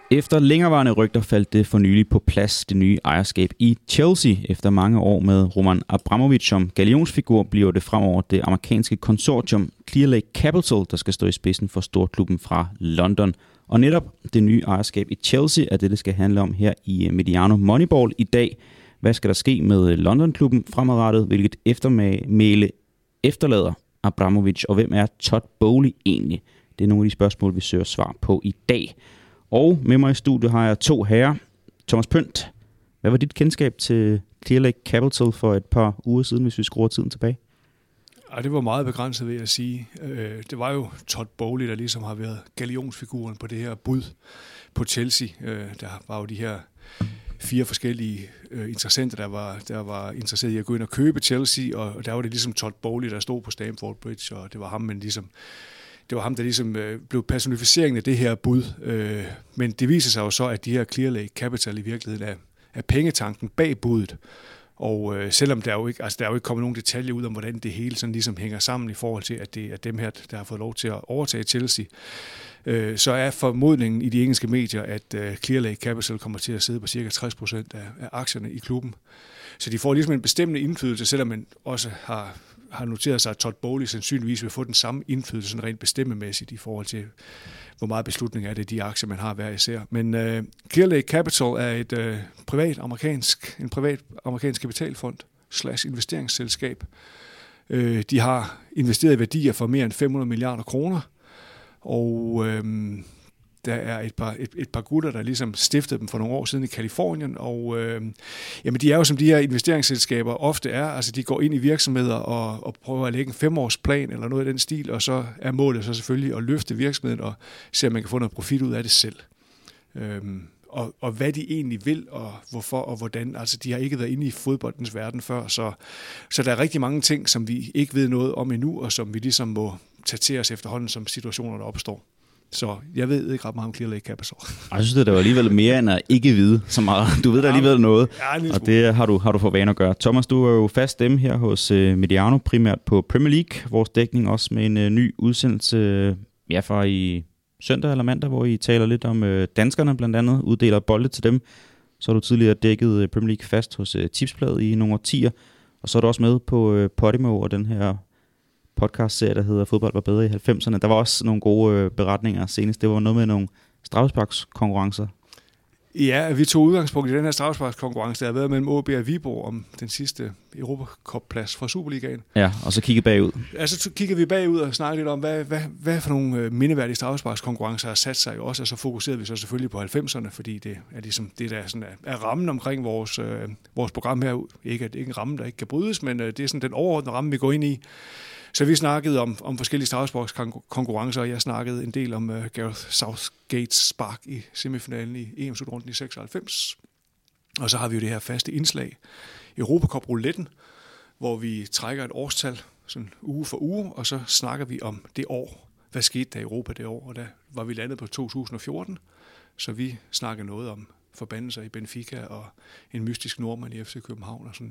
Efter længerevarende rygter faldt det for nylig på plads det nye ejerskab i Chelsea. Efter mange år med Roman Abramovich som galionsfigur bliver det fremover det amerikanske konsortium Clear Lake Capital, der skal stå i spidsen for storklubben fra London. Og netop det nye ejerskab i Chelsea er det skal handle om her i Mediano Moneyball i dag. Hvad skal der ske med London-klubben fremadrettet? Hvilket eftermæle efterlader Abramovich, og hvem er Todd Boehly egentlig? Det er nogle af de spørgsmål, vi søger svar på i dag. Og med mig i studiet har jeg to herrer. Thomas Pønt, hvad var dit kendskab til Clear Lake Capital for et par uger siden, hvis vi skruer tiden tilbage? Ja, det var meget begrænset, vil jeg sige. Det var jo Todd Boehly, der ligesom har været galionsfiguren på det her bud på Chelsea. Der var jo de her 4 forskellige interessenter, der var interesseret i at gå ind og købe Chelsea, og der var det ligesom Todd Boehly, der stod på Stamford Bridge, og det var ham, der ligesom blev personificeringen af det her bud. Men det viser sig jo så, at de her Clear Lake Capital i virkeligheden er pengetanken bag budet. Og selvom der er jo ikke kommet nogen detaljer ud om, hvordan det hele sådan ligesom hænger sammen i forhold til, at det er dem her, der har fået lov til at overtage Chelsea, så er formodningen i de engelske medier, at Clear Lake Capital kommer til at sidde på ca. 60% af aktierne i klubben. Så de får ligesom en bestemmende indflydelse, selvom man også har noteret sig, at Todd Boehly sandsynligvis vil få den samme indflydelse sådan rent bestemmemæssigt i forhold til, hvor meget beslutning er det de aktier, man har hver især. Men Clear Lake Capital er en privat amerikansk kapitalfond / investeringsselskab. De har investeret i værdier for mere end 500 milliarder kroner, og der er et par gutter, der ligesom stiftede dem for nogle år siden i Kalifornien, og jamen de er jo som de her investeringsselskaber ofte er, altså de går ind i virksomheder og prøver at lægge en 5-årsplan eller noget af den stil, og så er målet så selvfølgelig at løfte virksomheden og se, om man kan få noget profit ud af det selv. Og hvad de egentlig vil, og hvorfor og hvordan, altså de har ikke været inde i fodboldens verden før, så der er rigtig mange ting, som vi ikke ved noget om endnu, og som vi ligesom må tage til os efterhånden, som situationerne opstår. Så jeg ved ikke ret meget om Clear Lake Capital. Jeg synes, det var alligevel mere end at ikke vide så meget. Du ved da alligevel noget, og det har du for vane at gøre. Thomas, du er jo fast stemme her hos Mediano, primært på Premier League. Vores dækning også med en ny udsendelse fra i søndag eller mandag, hvor I taler lidt om danskerne blandt andet, uddeler bolde til dem. Så har du tidligere dækket Premier League fast hos Tipsbladet i nogle årtier, og så er du også med på Podimo og den her podcast-serie, der hedder Fodbold var bedre i 90'erne. Der var også nogle gode beretninger senest. Det var noget med nogle straffesparkskonkurrencer. Ja, vi tog udgangspunkt i den her straffesparkskonkurrence, der har været mellem AaB og Viborg om den sidste Europacup-plads fra Superligaen. Ja, og så kiggede bagud. Altså, så kiggede vi bagud og snakkede lidt om, hvad for nogle mindeværdige straffesparkskonkurrencer har sat sig også, og så fokuserede vi så selvfølgelig på 90'erne, fordi det er ligesom det, der sådan er rammen omkring vores program her. Ikke at det ikke er en ramme, der ikke kan brydes, men det er sådan den overordnede ramme, vi går ind i. Så vi snakkede om forskellige straffesparkskonkurrencer, og jeg snakkede en del om Gareth Southgates spark i semifinalen i EM-slutrunden i 96. Og så har vi jo det her faste indslag, Europacup-rouletten, hvor vi trækker et årstal, sådan uge for uge, og så snakker vi om det år. Hvad skete der i Europa det år? Og der var vi landet på 2014, så vi snakkede noget om forbandelser i Benfica og en mystisk nordmand i FC København. Og sådan.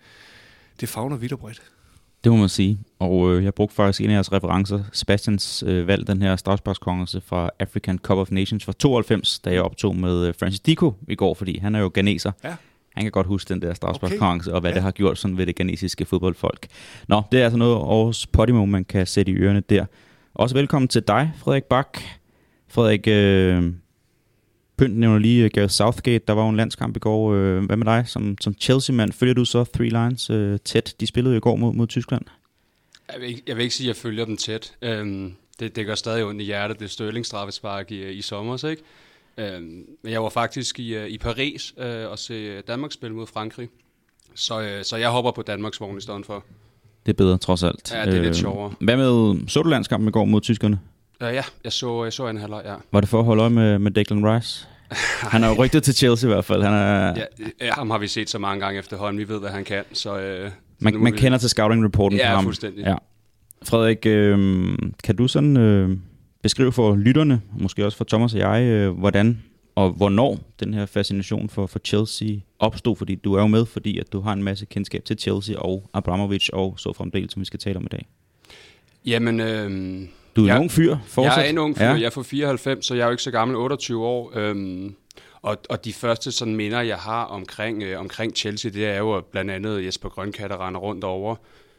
Det favner vidt og bredt. Det må man sige, og jeg brugte faktisk en af jeres referencer, Sebastians valg, den her straffesparkskonkurrence fra African Cup of Nations fra 92, da jeg optog med Francis Dicko i går, fordi han er jo ghaneser. Ja. Han kan godt huske den der straffesparkskonkurrence, og hvad det har gjort sådan ved det ghanesiske fodboldfolk. Nå, det er altså noget Aarhus Podimo, man kan sætte i ørerne der. Også velkommen til dig, Frederik Bak. Frederik, Pynt nævner lige Gareth Southgate, der var jo en landskamp i går. Hvad med dig som Chelsea-mand? Følger du så Three Lions tæt? De spillede jo i går mod Tyskland. Jeg vil ikke sige, at jeg følger dem tæt. Det gør stadig ondt i hjertet, det Sterling-straffespark i sommer, ikke? Men jeg var faktisk i Paris og se Danmark spille mod Frankrig. Så jeg hopper på Danmarks vogn i stedet for. Det er bedre, trods alt. Ja, det er lidt sjovere. Hvad med, så du landskampen i går mod tyskerne? Ja, jeg så en halvleg, ja. Var det for at holde øje med Declan Rice? Han er jo rygtet til Chelsea i hvert fald. Ja, ham har vi set så mange gange efterhånden. Vi ved, hvad han kan. Så man kender til scouting-rapporten på ham. Ja, fuldstændig. Ja. Frederik, kan du sådan beskrive for lytterne, måske også for Thomas og jeg, hvordan og hvornår den her fascination for Chelsea opstod? Fordi du er jo med, fordi at du har en masse kendskab til Chelsea og Abramovich og så fremdeles, som vi skal tale om i dag. Jamen, Du er en ung fyr, fortsat. Jeg er en ung fyr, jeg er fra 94, så jeg er jo ikke så gammel, 28 år. Og de første sådan minder, jeg har omkring Chelsea, det er jo blandt andet Jesper Grønkjær, der render rundt over.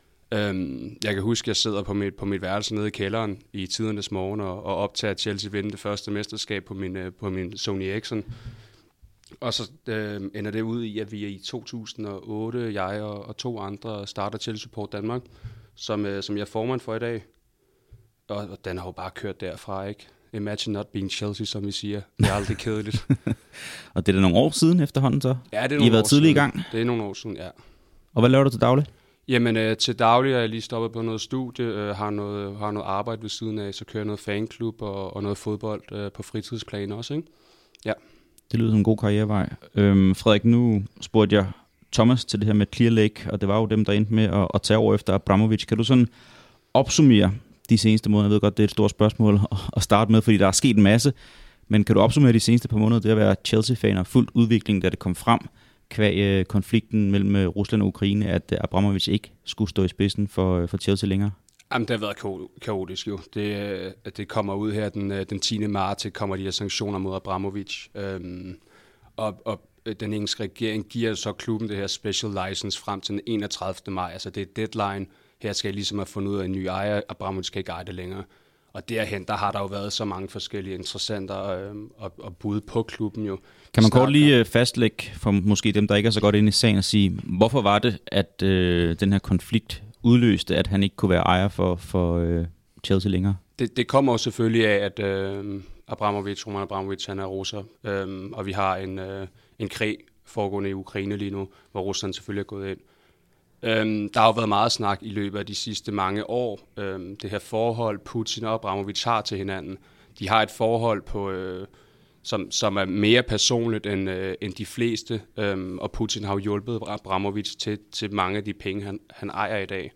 Jeg kan huske, at jeg sidder på mit værelse nede i kælderen i tidernes morgen og optager Chelsea vinde det første mesterskab på min Sony Ericsson. Og så ender det ud i, at vi i 2008, jeg og 2 andre, starter Chelsea Support Danmark, som jeg er formand for i dag. Og den har jo bare kørt derfra, ikke? Imagine not being Chelsea, som vi siger. Det er aldrig kedeligt. Og det er nogle år siden efterhånden, så? Ja, det er nogle år I har været tidligt i gang? Det er nogle år siden, ja. Og hvad laver du til daglig? Jamen, til daglig er jeg lige stoppet på noget studie, har noget arbejde ved siden af, så kører jeg noget fanklub og noget fodbold på fritidsplan også, ikke? Ja. Det lyder som en god karrierevej. Frederik, nu spurgte jeg Thomas til det her med Clear Lake, og det var jo dem, der endte med at tage over efter Abramovich. Kan du sådan opsummere de seneste måneder? Jeg ved godt, det er et stort spørgsmål at starte med, fordi der er sket en masse. Men kan du opsummere de seneste par måneder, det at være Chelsea-fan og fuldt udvikling, da det kom frem, kvad konflikten mellem Rusland og Ukraine, at Abramovich ikke skulle stå i spidsen for Chelsea længere? Jamen, det har været kaotisk jo. Det kommer ud her den 10. marts, kommer de her sanktioner mod Abramovich. Og den engelske regering giver så klubben det her special license frem til den 31. maj. Altså det er deadline. Her skal jeg ligesom have fundet ud af en ny ejer. Abramovich kan ikke eje det længere. Og derhen, der har der jo været så mange forskellige interessenter og bud på klubben jo. Kan man kort lige fastlægge for måske dem, der ikke er så godt inde i sagen, og sige, hvorfor var det, at den her konflikt udløste, at han ikke kunne være ejer for Chelsea længere? Det kommer jo selvfølgelig af, at Roman Abramovich, han er russer, og vi har en krig foregående i Ukraine lige nu, hvor Rusland selvfølgelig er gået ind. Der har jo været meget snak i løbet af de sidste mange år. Det her forhold, Putin og Abramovich har til hinanden. De har et forhold som er mere personligt end de fleste, og Putin har jo hjulpet Abramovich til mange af de penge, han ejer i dag.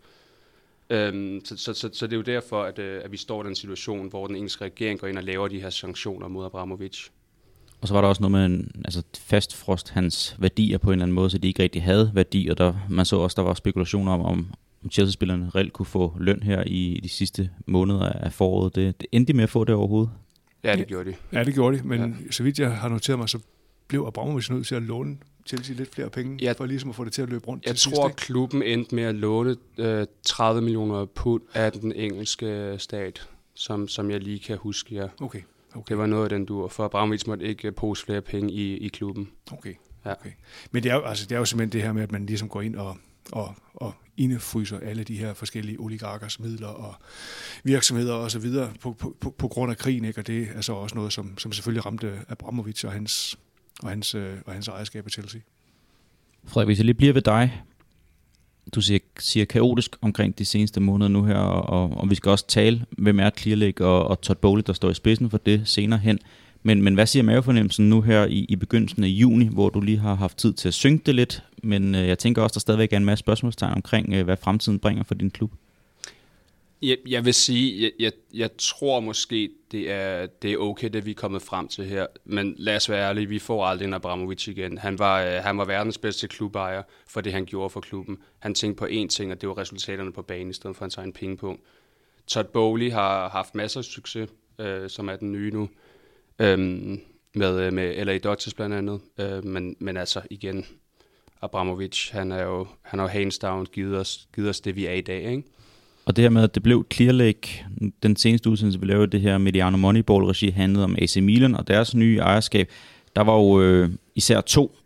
Så det er jo derfor, at vi står i den situation, hvor den engelske regering går ind og laver de her sanktioner mod Abramovich. Og så var der også noget med fastfrost hans værdier på en eller anden måde, så de ikke rigtig havde værdi, og man så også, der var spekulationer om Chelsea-spillerne reelt kunne få løn her i de sidste måneder af foråret. Det endte de med at få det overhovedet? Ja, det gjorde de. Ja, det gjorde de, men så vidt jeg har noteret mig, så blev Abramovich nødt til at låne Chelsea lidt flere penge, for ligesom at få det til at løbe rundt. Jeg tror, klubben endte med at låne 30 millioner pund af den engelske stat, som jeg lige kan huske, ja. Okay. Det var noget af den dur, for Abramovich måtte ikke pose flere penge i klubben. Okay. Men det er jo simpelthen det her med, at man ligesom går ind og indefryser alle de her forskellige oligarkers midler og virksomheder og så videre på grund af krigen, ikke? Og det er så også noget, som selvfølgelig ramte Abramovich og hans ejerskab af Chelsea. Frederik, hvis jeg lige bliver ved dig. Du siger kaotisk omkring de seneste måneder nu her, og vi skal også tale, hvem er Clear Lake og Todd Boehly, der står i spidsen for det senere hen. Men hvad siger mavefornemmelsen nu her i begyndelsen af juni, hvor du lige har haft tid til at synke det lidt, men jeg tænker også, der stadigvæk er en masse spørgsmålstegn omkring, hvad fremtiden bringer for din klub? Jeg vil sige, jeg tror måske, det er okay, det vi er kommet frem til her. Men lad os være ærlige, vi får aldrig en Abramovich igen. Han var verdens bedste klubejer for det, han gjorde for klubben. Han tænkte på én ting, og det var resultaterne på banen, i stedet for hans egen pengepunkt. Todd Boehly har haft masser af succes, som er den nye nu, med LA Dodgers blandt andet. Men altså igen, Abramovich, han har jo hands down givet os det, vi er i dag, ikke? Og det her med, at det blev Clear Lake, den seneste udsendelse, vi lavede det her Mediano Moneyball-regi, handlede om AC Milan og deres nye ejerskab. Der var jo især 2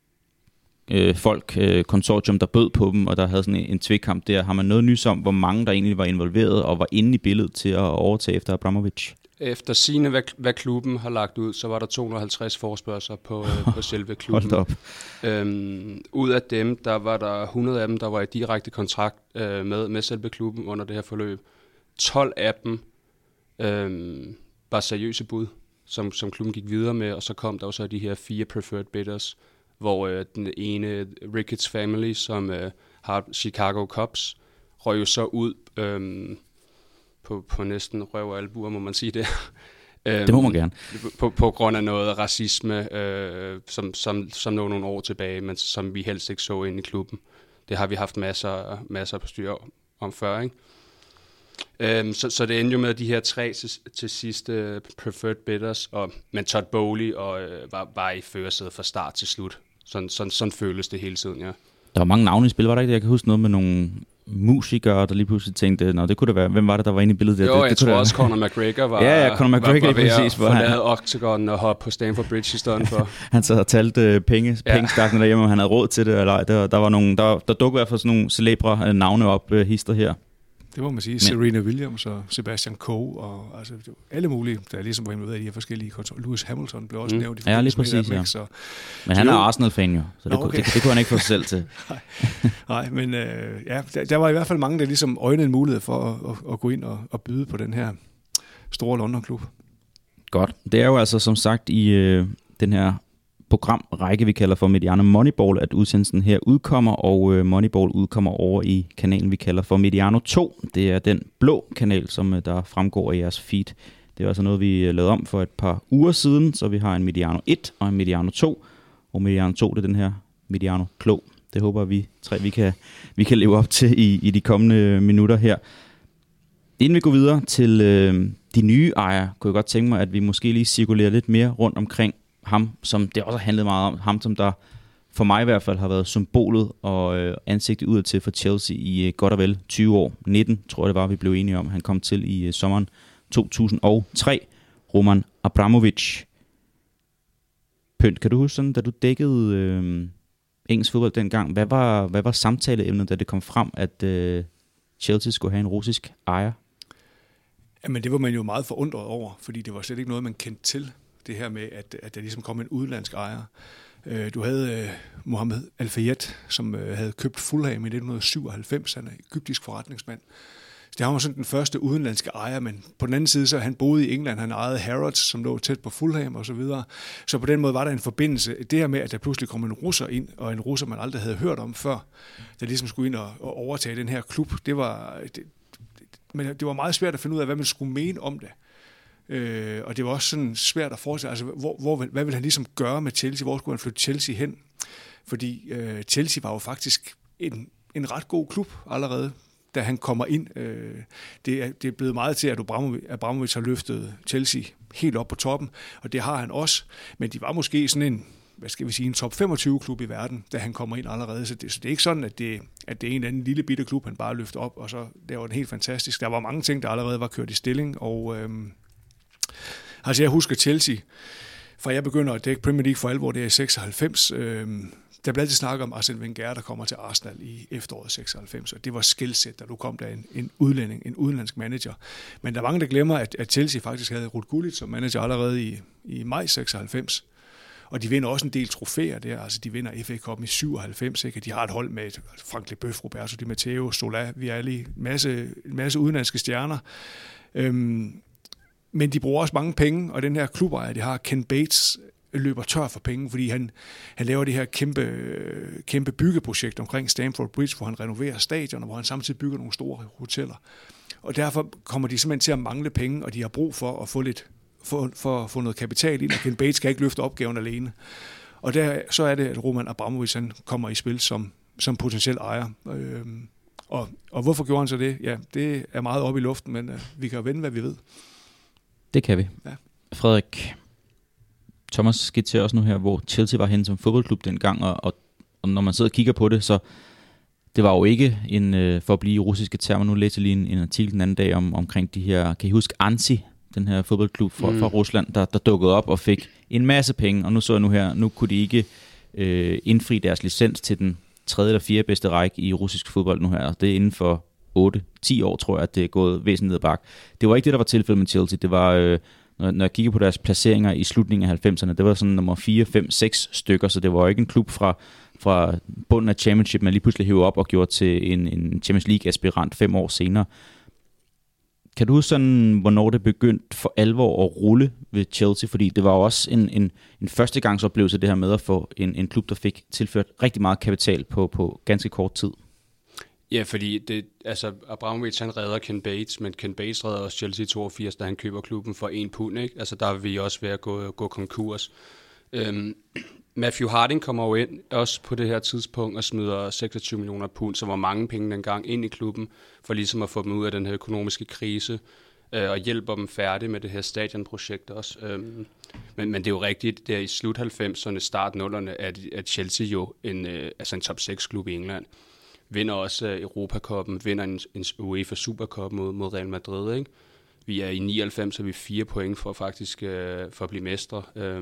konsortium, der bød på dem, og der havde sådan en tvekamp der. Har man noget nys om, hvor mange der egentlig var involveret og var inde i billedet til at overtage efter Abramovich? Efter sigende, hvad klubben har lagt ud, så var der 250 forespørgsler på selve klubben. Hold op. Ud af dem, der var der 100 af dem, der var i direkte kontrakt med selve klubben under det her forløb. 12 af dem var seriøse bud, som klubben gik videre med, og så kom der jo så de her 4 preferred bidders, hvor den ene Ricketts Family, som har Chicago Cubs, røg jo så ud på næsten røv og albuer, må man sige det. Det må man gerne. På grund af noget racisme, som lå nogle år tilbage, men som vi helst ikke så ind i klubben. Det har vi haft masser på styr om før, ikke? Så det endte jo med de her 3 til sidst preferred bidders, men Todd Bowley var i førersædet fra start til slut. Sådan føles det hele tiden, ja. Der var mange navne i spil, var der ikke det? Jeg kan huske noget med nogle musikere, der lige pludselig tænkte, det kunne det være. Hvem var det, der var inde i billedet der? Jo, jeg tror også, Conor McGregor var, Conor McGregor var ved præcis, at forlade Octagon og hoppe på Stamford Bridge i stedet for. Han sad og talte pengestakken derhjemme, om han havde råd til det, eller der var nogle, der dukkede i hvert fald sådan nogle celebre navne op, hister her. Det må man sige. Serena Williams og Sebastian Coe og altså alle mulige, der er ligesom var involveret i de her forskellige kontroller. Lewis Hamilton blev også nævnt i lige præcis, ja. Men han er Arsenal-fan jo, så det kunne han ikke få sig selv til. Nej, men der var i hvert fald mange, der ligesom øjnede en mulighed for at gå ind og byde på den her store London-klub. Godt. Det er jo altså som sagt i den her programrække, vi kalder for Mediano Moneyball, at udsendelsen her udkommer, og Moneyball udkommer over i kanalen, vi kalder for Mediano 2. Det er den blå kanal, som der fremgår i jeres feed. Det er altså noget, vi lavede om for et par uger siden, så vi har en Mediano 1 og en Mediano 2, og Mediano 2, det er den her Mediano Klog. Det håber vi tre, vi kan leve op til i de kommende minutter her. Inden vi går videre til de nye ejere, kunne jeg godt tænke mig, at vi måske lige cirkulerer lidt mere rundt omkring ham, som det også har handlet meget om. Ham, som der for mig i hvert fald har været symbolet og ansigtet udadtil for Chelsea i godt og vel 20 år. 19, tror jeg det var, vi blev enige om. Han kom til i sommeren 2003. Roman Abramovich. Pynt, kan du huske sådan, da du dækkede engelsk fodbold dengang, hvad var samtaleemnet, da det kom frem, at Chelsea skulle have en russisk ejer? Jamen det var man jo meget forundret over, fordi det var slet ikke noget, man kendte til. Det her med, at der ligesom kom en udenlandsk ejer. Du havde Mohamed Al-Fayed, som havde købt Fulham i 1997. Han er egyptisk forretningsmand. Så det var sådan den første udenlandske ejer, men på den anden side, så han boede i England. Han ejede Harrods, som lå tæt på Fulham og så videre. Så på den måde var der en forbindelse. Det her med, at der pludselig kom en russer ind, og en russer, man aldrig havde hørt om før, der ligesom skulle ind og overtage den her klub, det var meget svært at finde ud af, hvad man skulle mene om det. Og det var også sådan svært at forestille, altså hvad ville han ligesom gøre med Chelsea? Hvor skulle han flytte Chelsea hen? Fordi Chelsea var jo faktisk en ret god klub allerede, da han kommer ind. Det er blevet meget til, at Abramovich har løftet Chelsea helt op på toppen, og det har han også. Men de var måske sådan en top 25-klub i verden, da han kommer ind allerede. Så det er ikke sådan, at det er en eller anden lille bitte klub, han bare løfter op, og så det var helt fantastisk. Der var mange ting, der allerede var kørt i stilling, og altså jeg husker Chelsea, fra jeg begynder at dække Premier League for alvor, det er i 96. Der blev altid snakket om Arsene Wenger, der kommer til Arsenal i efteråret 96, og det var skillset, da du kom der en udenlandsk manager. Men der er mange, der glemmer, at Chelsea faktisk havde Ruud Gullit som manager allerede i maj 96. Og de vinder også en del trofæer der, altså de vinder FA Cup'en i 97, ikke? De har et hold med Frank Leboeuf, Roberto Di Matteo, Zola, Vialli, en masse udenlandske stjerner. Men de bruger også mange penge, og den her klubejer, de har, Ken Bates, løber tør for penge, fordi han laver det her kæmpe byggeprojekt omkring Stamford Bridge, hvor han renoverer stadion, og hvor han samtidig bygger nogle store hoteller. Og derfor kommer de simpelthen til at mangle penge, og de har brug for at få noget kapital ind, og Ken Bates kan ikke løfte opgaven alene. Og så er det, at Roman Abramovich han kommer i spil som potentiel ejer. Og hvorfor gjorde han så det? Ja, det er meget oppe i luften, men vi kan jo vende, hvad vi ved. Det kan vi. Ja. Frederik, Thomas skitserer også nu her, hvor Chelsea var henne som fodboldklub dengang, og når man sidder og kigger på det, så det var jo ikke for at blive i russiske termer. Nu læste jeg lige en artikel den anden dag omkring de her, kan I huske Ansi, den her fodboldklub fra Rusland, der dukkede op og fik en masse penge, og nu kunne de ikke indfri deres licens til den 3. eller 4. bedste række i russisk fodbold nu her. Det er inden for 8-10 år, tror jeg, at det er gået væsentligt ned ad bakke. Det var ikke det, der var tilfældet med Chelsea. Det var, når jeg kigger på deres placeringer i slutningen af 90'erne, det var sådan nummer 4, 5, 6 stykker, så det var ikke en klub fra bunden af Championship, man lige pludselig hævde op og gjorde til en Champions League-aspirant 5 år senere. Kan du huske sådan, hvornår det begyndte for alvor at rulle ved Chelsea? Fordi det var også en førstegangsoplevelse, det her med at få en klub, der fik tilført rigtig meget kapital på ganske kort tid. Ja, fordi Abramovich han redder Ken Bates, men Ken Bates redder også Chelsea i 82, da han køber klubben for 1 pund, ikke? Altså der er vi også ved at gå konkurs. Matthew Harding kommer jo ind også på det her tidspunkt og smider 26 millioner pund, som var mange penge dengang, ind i klubben, for ligesom at få dem ud af den her økonomiske krise, og hjælper dem færdig med det her stadionprojekt også. Men det er jo rigtigt, der i slut 90'erne, start 0'erne, at Chelsea jo en top 6-klub i England. Vinder også Europacupen, vinder en UEFA Supercup mod Real Madrid, ikke? Vi er i 99, så vi er 4 point for faktisk for at blive mestre.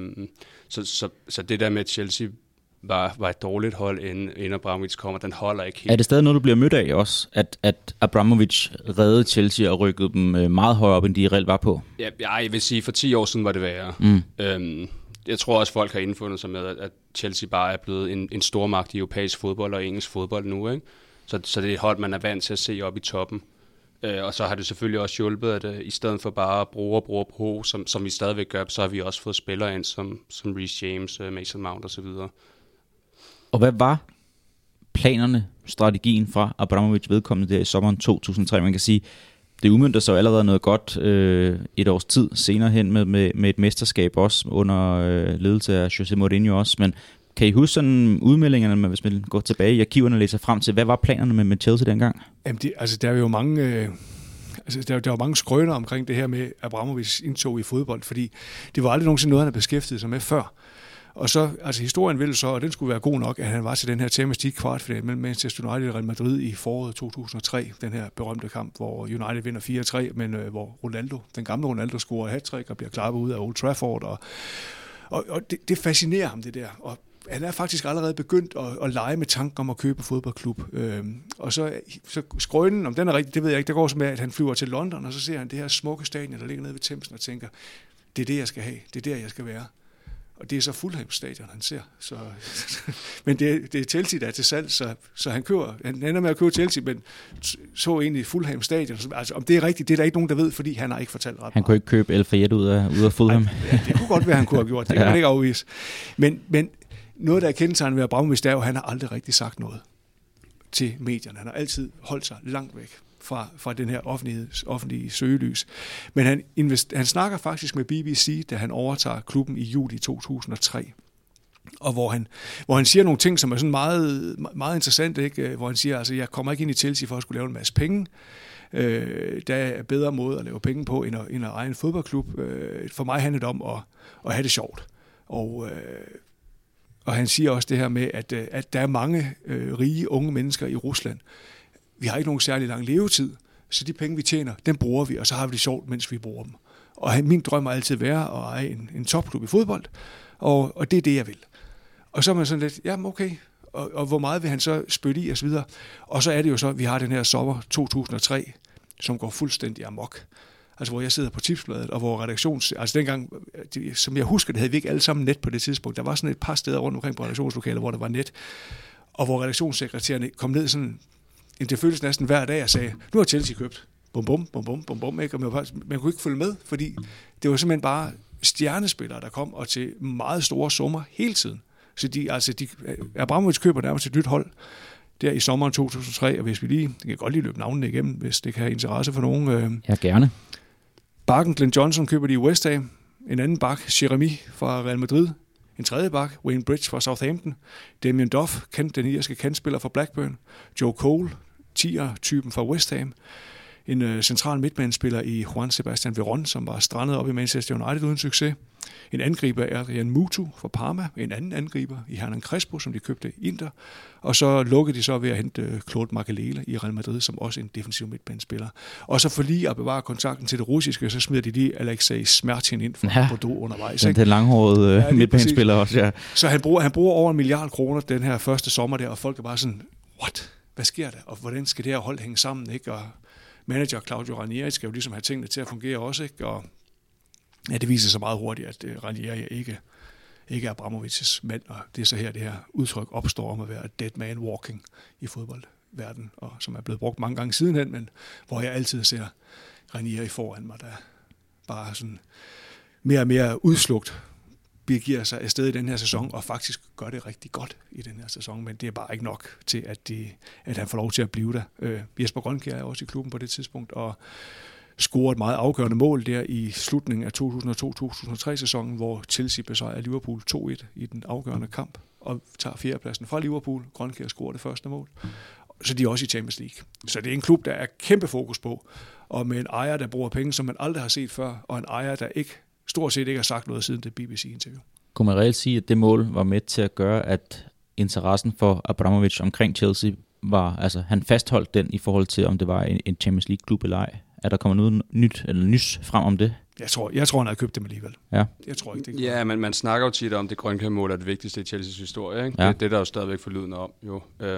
Så det der med, at Chelsea var et dårligt hold, inden Abramovich kommer, den holder ikke helt. Er det stadig noget, du bliver mødt af også, at Abramovich reddede Chelsea og rykkede dem meget højere op, end de reelt var på? Ja, jeg vil sige, for 10 år siden var det værre. Jeg tror også, folk har indfundet sig med, at Chelsea bare er blevet en stormagt i europæisk fodbold og engelsk fodbold nu, ikke? Så det er et hold, man er vant til at se op i toppen. Og så har det selvfølgelig også hjulpet, at i stedet for bare at bruge, som vi stadigvæk gør, så har vi også fået spillere ind, som Reece James, Mason Mount osv. Og hvad var planerne, strategien fra Abramovich vedkommende der i sommeren 2003? Man kan sige, det udmønter sig allerede noget godt et års tid senere hen med et mesterskab også under ledelse af José Mourinho også, men kan I huske sådan udmeldingerne, hvis man går tilbage i arkiverne og læser frem til, hvad var planerne med Chelsea dengang? Jamen der er jo mange, der var mange skrøner omkring det her med Abramovichs indtog i fodbold, fordi det var aldrig nogensinde noget, han havde beskæftiget sig med før. Og så, historien ville så, og den skulle være god nok, at han var til den her Champions League kvartfinale mellem Manchester United og Real Madrid i foråret 2003, den her berømte kamp, hvor United vinder 4-3, men hvor Ronaldo, den gamle Ronaldo, scorer hat-trick og bliver klappet ud af Old Trafford, og det fascinerer ham, det der. Og han er faktisk allerede begyndt at lege med tanken om at købe fodboldklub. Og så skrønen, om den er rigtig, det ved jeg ikke, der går så med, at han flyver til London, og så ser han det her smukke stadion, der ligger nede ved Themsen, og tænker, det er det, jeg skal have, det er der, jeg skal være. Og det er så Fulham stadion, han ser. Så, men det er Chelsea, der er til salg, så han ender med at købe Chelsea, men så egentlig Fulham stadion. Altså, om det er rigtigt, det er der ikke nogen, der ved, fordi han har ikke fortalt ret meget. Han kunne ikke købe El Fayed ud af Fulham. Nej, det kunne godt være, han kunne have gjort. Det kan man ikke afvise. Men noget, der er kendetegnet ved Abramovich, det er jo, at han har aldrig rigtig sagt noget til medierne. Han har altid holdt sig langt væk fra den her offentlige søgelys. Men han snakker faktisk med BBC, da han overtager klubben i juli 2003. Og hvor han siger nogle ting, som er sådan meget, meget interessant, ikke? Hvor han siger, altså, jeg kommer ikke ind i Chelsea for at skulle lave en masse penge. Der er bedre måde at lave penge på, end at eje en fodboldklub. For mig handler det om at have det sjovt. Og han siger også det her med, at der er mange rige unge mennesker i Rusland. Vi har ikke nogen særlig lang levetid, så de penge, vi tjener, dem bruger vi, og så har vi det sjovt, mens vi bruger dem. Og min drøm har altid været at eje en topklub i fodbold, og det er det, jeg vil. Og så er man sådan lidt, jamen okay, og hvor meget vil han så spytte i, og så videre. Og så er det jo så, at vi har den her sommer 2003, som går fuldstændig amok. Altså hvor jeg sidder på Tipsbladet, og hvor altså dengang, som jeg husker, det havde vi ikke alle sammen net på det tidspunkt. Der var sådan et par steder rundt omkring på redaktionslokaler, hvor der var net, og hvor redaktionssekretærerne kom ned sådan, det føltes næsten hver dag og sagde, nu har Chelsea købt, bum bum, bum bum, bum bum, ikke? Og man kunne ikke følge med, fordi det var simpelthen bare stjernespillere, der kom, og til meget store summer hele tiden. Så Abramovich køber nærmest et nyt hold, der i sommeren 2003, og hvis vi lige, jeg kan godt lige løbe navnene igennem, hvis det kan have interesse for nogen. Ja, gerne. Bakken Glenn Johnson køber de i West Ham, en anden bak, Jeremy fra Real Madrid, en tredje bak, Wayne Bridge fra Southampton, Damien Duff, den irske kantspiller fra Blackburn, Joe Cole, 10'er-typen fra West Ham, en central midtbanespiller i Juan Sebastian Veron, som var strandet op i Manchester United uden succes. En angriber er Adrian Mutu fra Parma, en anden angriber i Hernan Crespo, som de købte i Inter. Og så lukkede de så ved at hente Claude Makelele i Real Madrid, som også en defensiv midtbanespiller. Og så for lige at bevare kontakten til det russiske, så smider de lige Alexei Smertin ind fra Bordeaux undervejs. Den langhårede midtbanespiller også, ja. Så han bruger over 1 milliard kroner den her første sommer der, og folk er bare sådan, what? Hvad sker der? Og hvordan skal det her hold hænge sammen, ikke? Og manager Claudio Ranieri skal jo ligesom have tingene til at fungere også, ikke? Og ja, det viser sig meget hurtigt, at Ranieri ikke er Abramovich's mand, og det er så her, det her udtryk opstår om at være dead man walking i fodboldverdenen, og som er blevet brugt mange gange sidenhen, men hvor jeg altid ser Ranieri foran mig, der bare sådan mere og mere udslugt begiver sig afsted i den her sæson, og faktisk gør det rigtig godt i den her sæson, men det er bare ikke nok til, at han får lov til at blive der. Jesper Grønkjær er også i klubben på det tidspunkt, og scorede et meget afgørende mål der i slutningen af 2002-2003 sæsonen, hvor Chelsea besejrer Liverpool 2-1 i den afgørende kamp og tager fjerdepladsen fra Liverpool. Grønkjær scorer det første mål. Så de er også i Champions League. Så det er en klub, der er kæmpe fokus på, og med en ejer, der bruger penge, som man aldrig har set før, og en ejer, der stort set ikke har sagt noget siden det BBC-interview. Kunne man reelt sige, at det mål var med til at gøre, at interessen for Abramovich omkring Chelsea var, altså han fastholdt den i forhold til, om det var en Champions League-klub eller ej? Er der kommet noget nyt eller nys frem om det? Jeg tror han har købt dem alligevel. Ja. Jeg tror ikke, det ja, men man snakker jo tit om, det Grønkjær-mål er det vigtigste i Chelseas historie. Ikke? Ja. Det er der jo stadigvæk forlydende om. Jo.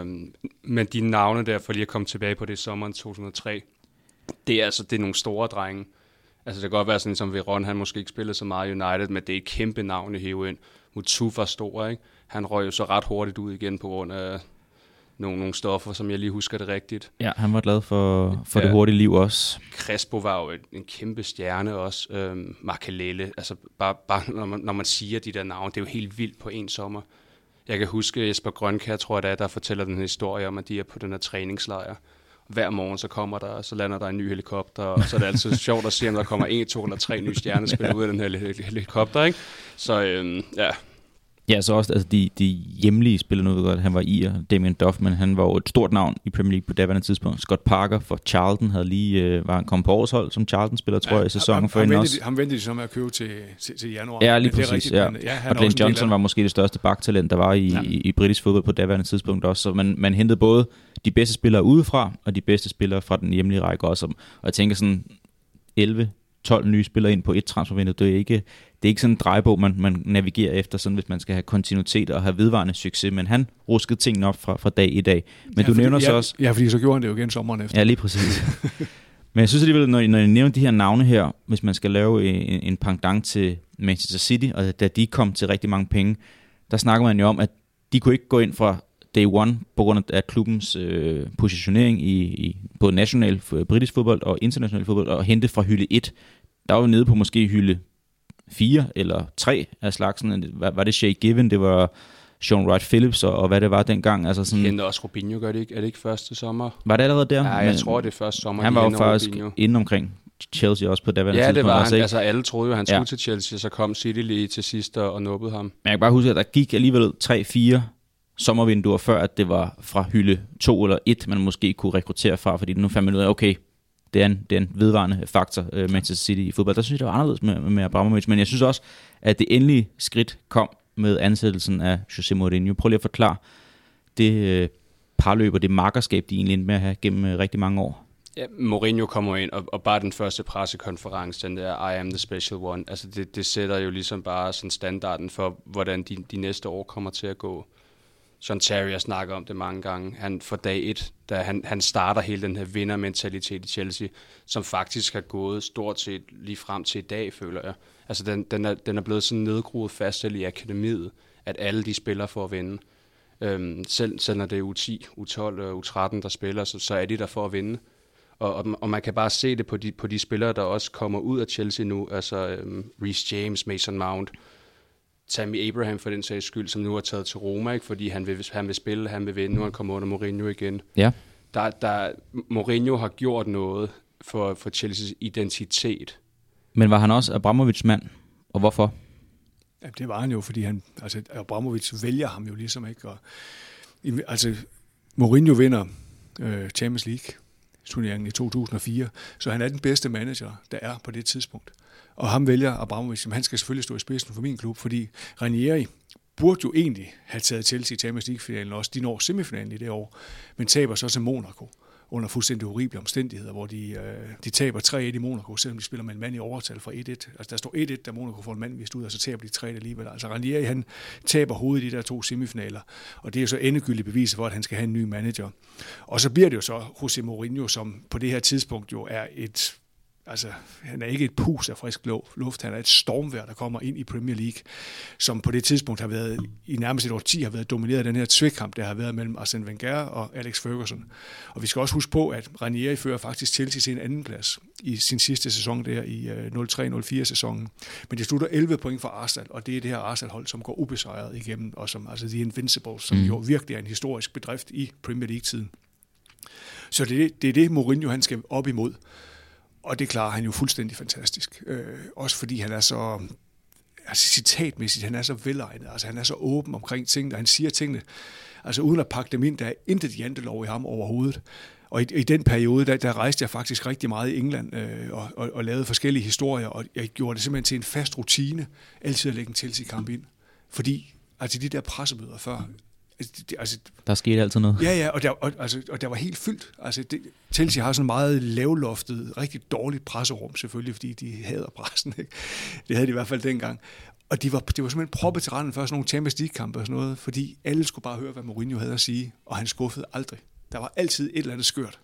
Men de navne der, for lige at komme tilbage på det sommeren 2003, det er nogle store drenge. Altså det kan godt være sådan, som Veron, han måske ikke spillede så meget United, men det er et kæmpe navn i hæve ind. Mustafa var stor, ikke? Han røg jo så ret hurtigt ud igen på grund af nogle stoffer, som jeg lige husker det rigtigt. Ja, han var glad for det hurtige liv også. Crespo var jo en kæmpe stjerne også. Makelele, altså bare når man siger de der navne, det er jo helt vildt på en sommer. Jeg kan huske Jesper Grønkjær, tror jeg det er, der fortæller den historie om, at de er på den her træningslejr. Hver morgen så kommer der, så lander der en ny helikopter, og så er det altid sjovt at se, om der kommer 1, 2 eller 3 nye stjernespillere ud af den her helikopter, ikke? Så ja. Ja, så også altså de hjemlige spillere, nu ved godt, han var i, og Damien Duff, men han var jo et stort navn i Premier League på daværende tidspunkt. Scott Parker for Charlton havde lige, var han kommet på årshold som Charlton-spiller, tror jeg, i sæsonen for inden også. Han ventede de så med at købe til januar. Ja, lige præcis, rigtigt, ja. Og Glenn Johnson var måske det største baktalent, der var i britisk fodbold på daværende tidspunkt også. Så man hentede både de bedste spillere udefra, og de bedste spillere fra den hjemlige række også. Og jeg tænker sådan 11-12 nye spillere ind på et transfervindue, det er ikke sådan en drejebog, man navigerer efter, sådan, hvis man skal have kontinuitet og have vedvarende succes, men han ruskede tingene op fra dag i dag. Men ja, du nævner så også... Ja, fordi så gjorde han det jo igen sommeren efter. Ja, lige præcis. Men jeg synes alligevel, når I nævner de her navne her, hvis man skal lave en pendant til Manchester City, og da de kom til rigtig mange penge, der snakker man jo om, at de kunne ikke gå ind fra day one på grund af klubbens positionering i både national britisk fodbold og international fodbold, og hente fra hylde 1. Der var jo nede på måske hylde 4 eller 3 af slagsen. Var det Shay Given, det var Sean Wright Phillips og hvad det var dengang. Altså sådan, hente også Robinho, gør det ikke? Er det ikke første sommer? Var det allerede der? Ja, jeg tror det er første sommer. Han var jo faktisk inde omkring Chelsea også på daværende tidspunkt. Ja, det var han. Altså alle troede jo, han skulle til Chelsea, så kom City lige til sidst og nubbede ham. Men jeg kan bare huske, at der gik alligevel 3-4 sommervinduer før, at det var fra hylde 2 eller 1, man måske kunne rekruttere fra, fordi nu fandt man ud af, okay, det er en vedvarende faktor, Manchester City i fodbold. Der synes jeg, det var anderledes med Abramovich, men jeg synes også, at det endelige skridt kom med ansættelsen af José Mourinho. Prøv lige at forklare det parløb og det markerskab, de egentlig endte med at have gennem rigtig mange år. Ja, Mourinho kommer ind, og bare den første pressekonference, den der I am the special one, altså det sætter jo ligesom bare sådan standarden for, hvordan de næste år kommer til at gå. John Terry har snakket om det mange gange. Han for dag 1, da han starter hele den her vindermentalitet i Chelsea, som faktisk har gået stort set lige frem til i dag, føler jeg. Altså den er blevet sådan nedgroet fast i akademiet, at alle de spiller for at vinde. Selv når det er U10, U12 og U13, der spiller, så er de der for at vinde. Og man kan bare se det på de spillere, der også kommer ud af Chelsea nu, altså Reece James, Mason Mount, Tammy Abraham for den sags skyld, som nu er taget til Roma, ikke? Fordi han vil spille, han vil vinde, nu han kommer under Mourinho igen. Ja. Mourinho har gjort noget for Chelseas identitet. Men var han også Abramovichs mand, og hvorfor? Ja, det var han jo, fordi Abramovich vælger ham jo ligesom ikke. Og, altså, Mourinho vinder Champions League turneringen i 2004, så han er den bedste manager, der er på det tidspunkt. Og ham vælger Abramovich, som han skal selvfølgelig stå i spidsen for min klub, fordi Ranieri burde jo egentlig have taget Chelsea i Champions League-finalen også. De når semifinalen i det år, men taber så til Monaco under fuldstændig horrible omstændigheder, hvor de taber 3-1 i Monaco, selvom de spiller med en mand i overtal fra 1-1. Altså der står 1-1, da Monaco får en mand vist ud, og så taber de 3 alligevel. Altså Ranieri, han taber hovedet i de der 2 semifinaler, og det er jo så endegyldigt bevis for, at han skal have en ny manager. Og så bliver det jo så José Mourinho, som på det her tidspunkt jo er han er ikke et pus af frisk luft, han er et stormvejr, der kommer ind i Premier League, som på det tidspunkt har været, i nærmest et årti, har været domineret af den her tvækkamp, der har været mellem Arsene Wenger og Alex Ferguson. Og vi skal også huske på, at Ranieri fører faktisk Chelsea til en anden plads i sin sidste sæson der i 03-04 sæsonen. Men det slutter 11 point for Arsenal, og det er det her Arsenal-hold, som går ubesejret igennem, og som altså The Invincibles, som jo virkelig er en historisk bedrift i Premier League-tiden. Så det er det, Mourinho han skal op imod. Og det klarer han jo fuldstændig fantastisk. Også fordi han er så, altså citatmæssigt, han er så velegnet. Altså han er så åben omkring tingene, og han siger tingene, altså uden at pakke dem ind, der er intet jantelov i ham overhovedet. Og i den periode, der rejste jeg faktisk rigtig meget i England og lavede forskellige historier, og jeg gjorde det simpelthen til en fast rutine, altid at lægge en Chelsea-kamp ind. Fordi altså de der pressemøder før, altså, der skete altid noget. Ja, og der var helt fyldt. Altså, Chelsea har sådan en meget lavloftet, rigtig dårligt presserum, selvfølgelig, fordi de hader pressen. Ikke? Det havde de i hvert fald dengang. Og det var simpelthen proppet til randen for sådan nogle Champions League-kampe og sådan noget, fordi alle skulle bare høre, hvad Mourinho havde at sige, og han skuffede aldrig. Der var altid et eller andet skørt.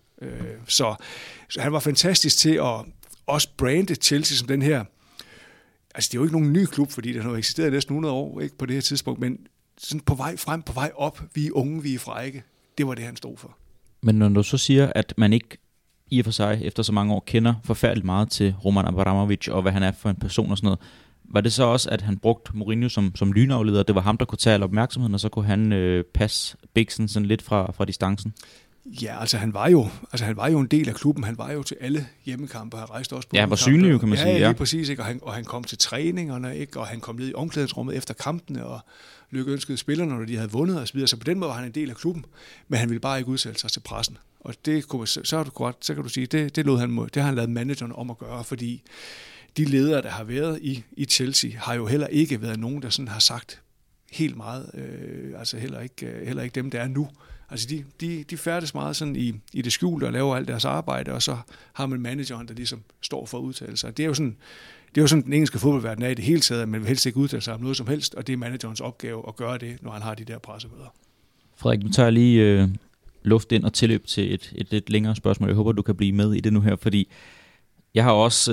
Så han var fantastisk til at også brande Chelsea som den her. Altså, det er jo ikke nogen ny klub, fordi den har eksisteret i næsten 100 år, ikke, på det her tidspunkt, men sådan på vej frem, på vej op, vi er unge, vi er frække. Det var det, han stod for. Men når du så siger, at man ikke i og for sig efter så mange år kender forfærdeligt meget til Roman Abramovich og hvad han er for en person og sådan noget, var det så også, at han brugte Mourinho som lynafleder? Det var ham, der kunne tage al opmærksomheden, og så kunne han passe Bigson sådan lidt fra distancen? Ja, altså han var jo en del af klubben. Han var jo til alle hjemmekampe, han rejste også på. Ja, han var synlig, kan man sige. Ja, lige præcis, ikke? Og han kom til træningerne, ikke? Og han kom ned i omklædningsrummet efter kampene og lykønskede spillerne, når de havde vundet og så videre. Så på den måde var han en del af klubben, men han ville bare ikke udsætte sig til pressen. Og det kunne, så kan du sige, det har han lavet manageren om at gøre, fordi de ledere, der har været i Chelsea, har jo heller ikke været nogen, der sådan har sagt helt meget, altså heller ikke dem, der er nu. Altså de færdes meget sådan i det skjulte og laver alt deres arbejde, og så har man manageren, der ligesom står for at udtale sig. Det er jo sådan den engelske fodboldverden er i det hele taget, at man vil helst ikke udtale sig om noget som helst, og det er managerens opgave at gøre det, når han har de der pressemøder. Frederik, nu tager jeg lige luft ind og tilløb til et lidt længere spørgsmål. Jeg håber, du kan blive med i det nu her, fordi jeg har også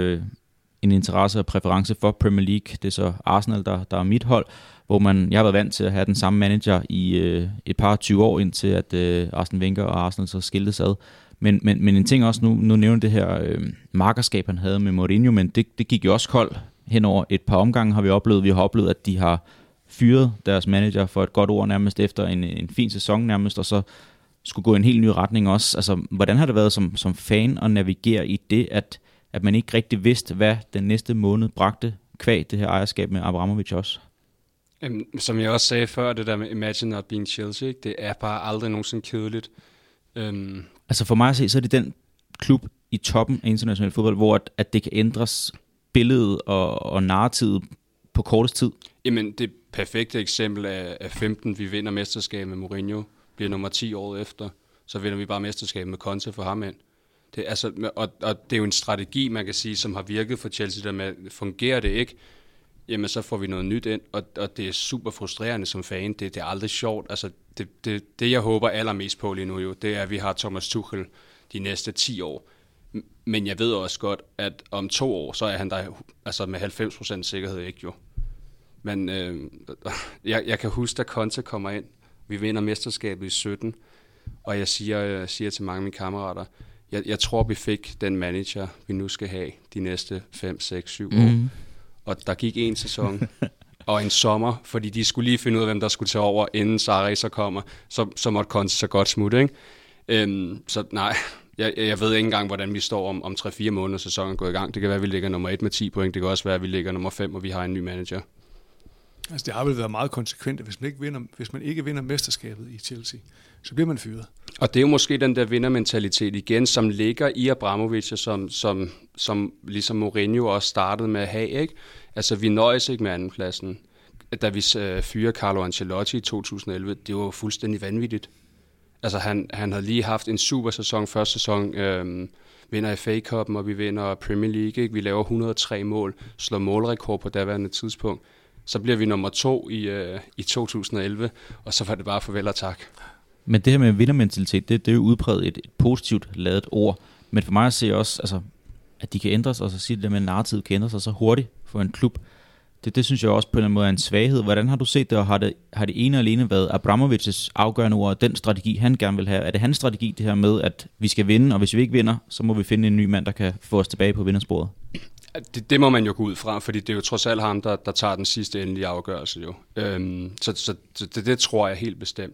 en interesse og præference for Premier League. Det er så Arsenal, der er mit hold, hvor jeg har været vant til at have den samme manager i et par 20 år, indtil at Arsene Wenger og Arsenal så skiltes ad. Men en ting også, nu nævner det her markerskab, han havde med Mourinho, men det gik jo også koldt hen over et par omgange, har vi oplevet. Vi har oplevet, at de har fyret deres manager for et godt ord nærmest efter en fin sæson nærmest, og så skulle gå i en helt ny retning også. Altså, hvordan har det været som fan at navigere i det, at man ikke rigtig vidste, hvad den næste måned bragte kvæg det her ejerskab med Abramovich også? Som jeg også sagde før, det der med Imagine Not Being Chelsea, ikke? Det er bare aldrig nogensinde kedeligt. Altså for mig at se, så er det den klub i toppen af international fodbold, hvor at det kan ændres billedet og narrativet på kortest tid. Jamen, det perfekte eksempel af 15, vi vinder mesterskabet med Mourinho, bliver nummer 10 år efter, så vinder vi bare mesterskabet med Conte for ham ind. Det, altså, og det er jo en strategi, man kan sige, som har virket for Chelsea, der med, fungerer det ikke, jamen så får vi noget nyt ind, og det er super frustrerende som fan. Det er aldrig sjovt. Altså, det jeg håber allermest på lige nu, jo, det er, at vi har Thomas Tuchel de næste 10 år. Men jeg ved også godt, at om 2 år, så er han der altså med 90% sikkerhed ikke jo. Men jeg kan huske, at Conte kommer ind. Vi vinder mesterskabet i 17, og jeg siger til mange af mine kammerater, jeg tror, vi fik den manager, vi nu skal have de næste 5, 6, 7 år. Og der gik en sæson og en sommer, fordi de skulle lige finde ud af, hvem der skulle tage over, inden Sarri så kommer. Så måtte Conte så godt smutte, ikke? Så nej, jeg ved ikke engang, hvordan vi står om 3-4 måneder, sæsonen er gået i gang. Det kan være, at vi ligger nummer 1 med 10 point. Det kan også være, at vi ligger nummer 5, og vi har en ny manager. Altså, det har vel været meget konsekvent, hvis man ikke vinder mesterskabet i Chelsea, så bliver man fyret. Og det er jo måske den der vindermentalitet igen, som ligger i Abramovich, som ligesom Mourinho også startede med at have, ikke? Altså, vi nøjes ikke med andenpladsen. Da vi fyrer Carlo Ancelotti i 2011, det var fuldstændig vanvittigt. Altså, han havde lige haft en super sæson, første sæson, vinder FA Cup'en, og vi vinder Premier League, ikke? Vi laver 103 mål, slår målrekord på daværende tidspunkt. Så bliver vi nummer 2 i 2011, og så var det bare farvel og tak. Men det her med vindermentalitet, det er jo udpræget et positivt ladet ord. Men for mig at se også, altså, at de kan ændres, og så sige det der med, at narrativet kan ændre sig så hurtigt for en klub. Det synes jeg også på en eller anden måde er en svaghed. Hvordan har du set det, og har det ene og alene været Abramovich's afgørende ord, den strategi, han gerne vil have? Er det hans strategi, det her med, at vi skal vinde, og hvis vi ikke vinder, så må vi finde en ny mand, der kan få os tilbage på vindersporet? Det må man jo gå ud fra, fordi det er jo trods alt ham, der tager den sidste endelige afgørelse. Jo. Så det tror jeg helt bestemt.